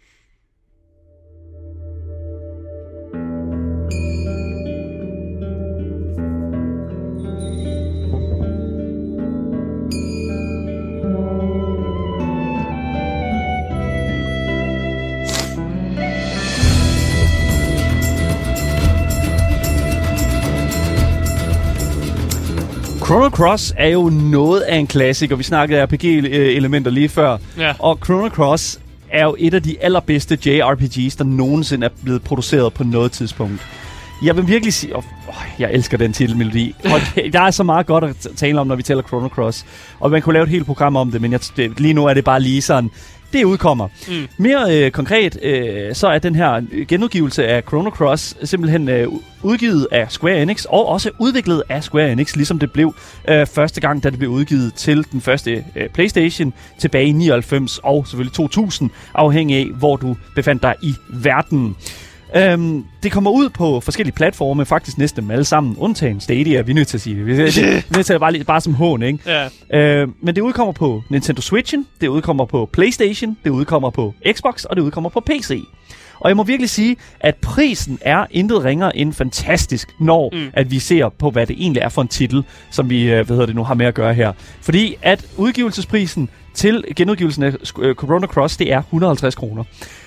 Chrono Cross er jo noget af en klassiker. Vi snakkede R P G-elementer lige før. Ja. Og Chrono Cross er jo et af de allerbedste J R P G's, der nogensinde er blevet produceret på noget tidspunkt. Jeg vil virkelig sige... Oh, jeg elsker den titelmelodi. Og der er så meget godt at tale om, når vi taler Chrono Cross. Og man kunne lave et helt program om det, men jeg, det, lige nu er det bare lige sådan... Det udkommer. Mm. Mere øh, konkret, øh, så er den her genudgivelse af Chrono Cross simpelthen øh, udgivet af Square Enix, og også udviklet af Square Enix, ligesom det blev øh, første gang, da det blev udgivet til den første øh, PlayStation tilbage i nioghalvfems og selvfølgelig to tusind, afhængig af, hvor du befandt dig i verden. Øhm, det kommer ud på forskellige platforme, faktisk næsten dem alle sammen, undtagen Stadia, vi er nødt til at sige det. Vi er nødt til at bare, bare som hån, ikke? Ja. Øhm, men det udkommer på Nintendo Switchen, det udkommer på PlayStation, det udkommer på Xbox, og det udkommer på P C. Og jeg må virkelig sige, at prisen er intet ringere end fantastisk, når mm. at vi ser på, hvad det egentlig er for en titel, som vi hvad hedder det nu har med at gøre her. Fordi at udgivelsesprisen til genudgivelsen af Chrono Cross, det er et hundrede og halvtreds kroner.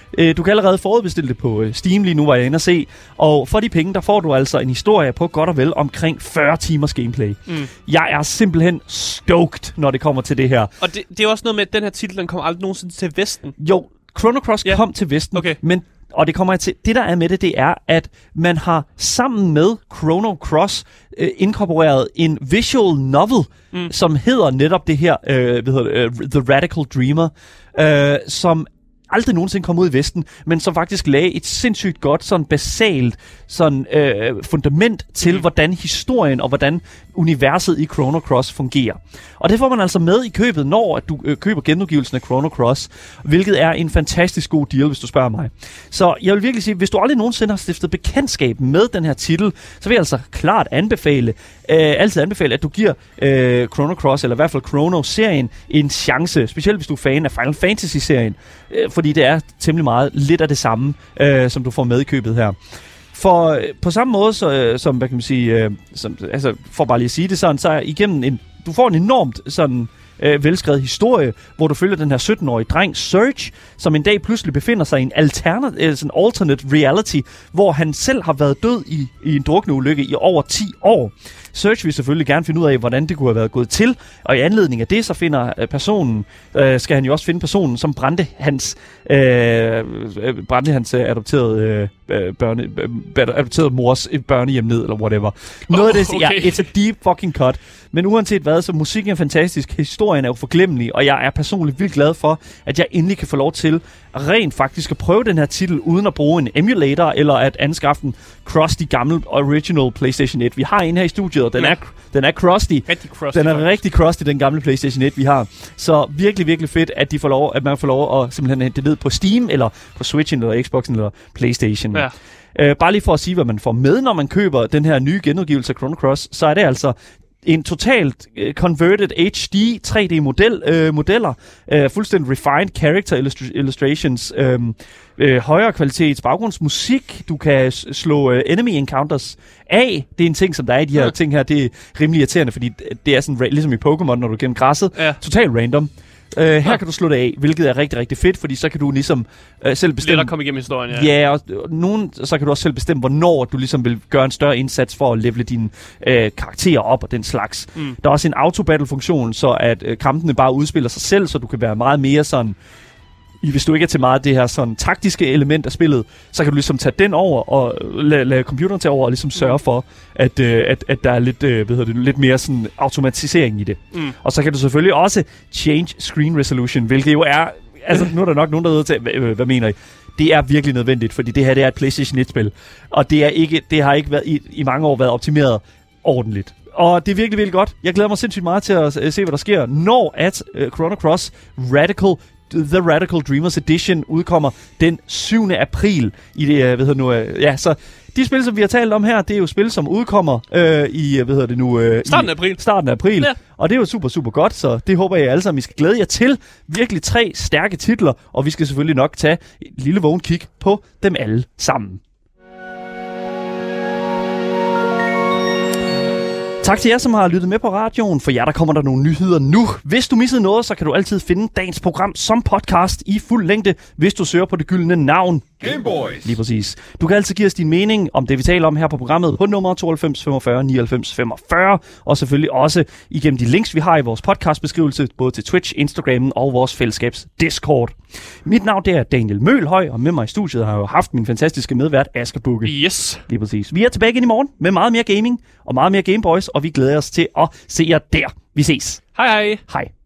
Øh, du kan allerede forudbestille det på øh, Steam lige nu, var jeg inde og se. Og for de penge, der får du altså en historie på godt og vel omkring fyrre timers gameplay. Mm. Jeg er simpelthen stoked, når det kommer til det her. Og det, det er også noget med, at den her titel, den kommer aldrig nogensinde til Vesten. Jo, Chrono Cross yeah. kom til Vesten, okay. men og det kommer jeg til. Det der er med det, det er, at man har sammen med Chrono Cross øh, inkorporeret en visual novel, mm. som hedder netop det her, øh, hvad hedder det, uh, The Radical Dreamer, øh, som aldrig nogensinde kom ud i Vesten, men som faktisk lagde et sindssygt godt, sådan basalt sådan, øh, fundament til, mm. hvordan historien og hvordan universet i Chrono Cross fungerer. Og det får man altså med i købet, når du øh, køber genudgivelsen af Chrono Cross, hvilket er en fantastisk god deal, hvis du spørger mig. Så jeg vil virkelig sige, hvis du aldrig nogensinde har stiftet bekendtskab med den her titel, så vil jeg altså klart anbefale, øh, altid anbefale, at du giver øh, Chrono Cross, eller i hvert fald Chrono-serien, en chance, specielt hvis du er fan af Final Fantasy-serien, øh, fordi det er temmelig meget lidt af det samme, øh, som du får med i købet her. For øh, på samme måde, så, øh, som, hvad kan man sige, øh, som, altså, for bare lige at sige det sådan, så er igennem en, du får en enormt sådan øh, velskrevet historie, hvor du følger den her sytten-årige dreng, Serge, som en dag pludselig befinder sig i en alternate, øh, sådan alternate reality, hvor han selv har været død i, i en drukneulykke i over ti år. Serge vil selvfølgelig gerne finde ud af, hvordan det kunne have været gået til, og i anledning af det, så finder øh, personen, øh, skal han jo også finde personen, som brændte hans, øh, brændte hans øh, adopterede, øh, børne, øh, adopterede mors børnehjem ned, eller whatever. Noget oh, af det, okay. Ja, it's a deep fucking cut. Men uanset hvad, så musikken er fantastisk, historien er jo forglemmelig, og jeg er personligt vildt glad for, at jeg endelig kan få lov til rent faktisk at prøve den her titel, uden at bruge en emulator, eller at anskaffe den cross de gamle original PlayStation et. Vi har en her i studiet, og den, ja. er, den er crusty. Rigtig crusty. Den er faktisk. rigtig crusty, den gamle PlayStation et, vi har. Så virkelig, virkelig fedt, at, de får lov, at man får lov at simpelthen hente det ned på Steam, eller på Switchen, eller Xboxen, eller PlayStation. Ja. Uh, bare lige for at sige, hvad man får med, når man køber den her nye genudgivelse af Chrono Cross, så er det altså en totalt uh, converted H D tre D model, uh, modeller, uh, fuldstændig refined character illustri- illustrations, um, uh, højere kvalitets baggrundsmusik, du kan s- slå uh, enemy encounters af. Det er en ting, som der er i de her ja. ting her, det er rimelig irriterende, fordi det er sådan, ligesom i Pokémon, når du gennem græsset, ja. totalt random. Uh, her ja. kan du slå det af, hvilket er rigtig, rigtig fedt, fordi så kan du ligesom uh, selv bestemme... Lidt at komme igennem historien, ja. Ja, og, og nogen, så kan du også selv bestemme, hvornår du ligesom vil gøre en større indsats for at levele dine uh, karakterer op og den slags. Mm. Der er også en auto-battle-funktion, så at uh, kampene bare udspiller sig selv, så du kan være meget mere sådan... Hvis du ikke er til meget det her sådan taktiske element af spillet, så kan du ligesom tage den over og lade, lade computeren tage over og ligesom sørge for, at, øh, at, at der er lidt, øh, hvad hedder det, lidt mere sådan automatisering i det. Mm. Og så kan du selvfølgelig også change screen resolution, hvilket jo er, altså nu er der nok nogen der ved til, hvad, hvad mener I? Det er virkelig nødvendigt, fordi det her det er et PlayStation et-spil, og det er ikke, det har ikke været i, i mange år været optimeret ordentligt. Og det er virkelig, virkelig godt. Jeg glæder mig sindssygt meget til at uh, se, hvad der sker, når at uh, Chrono Cross Radical The Radical Dreamers Edition udkommer den syvende april i det, hvad hedder nu, uh, ja, så de spil, som vi har talt om her, det er jo spil, som udkommer uh, i, hvad hedder det nu, uh, starten af april. Starten af april. Ja. Og det er jo super, super godt, så det håber jeg alle sammen, I skal glæde jer til. Virkelig tre stærke titler, og vi skal selvfølgelig nok tage et lille vågen kig på dem alle sammen. Tak til jer, som har lyttet med på radioen. For jer, der kommer der nogle nyheder nu. Hvis du missede noget, så kan du altid finde dagens program som podcast i fuld længde, hvis du søger på det gyldne navn Gameboys. Lige præcis. Du kan altid give os din mening om det, vi taler om her på programmet på nummer tooghalvfems femogfyrre nioghalvfems femogfyrre. Og selvfølgelig også igennem de links, vi har i vores podcastbeskrivelse, både til Twitch, Instagram og vores fællesskabs Discord. Mit navn det er Daniel Mølhøj, og med mig i studiet har jeg jo haft min fantastiske medvært Asger Bukke. Yes. Lige præcis. Vi er tilbage igen i morgen med meget mere gaming og meget mere Gameboys, og vi glæder os til at se jer der. Vi ses. Hej hej. Hej.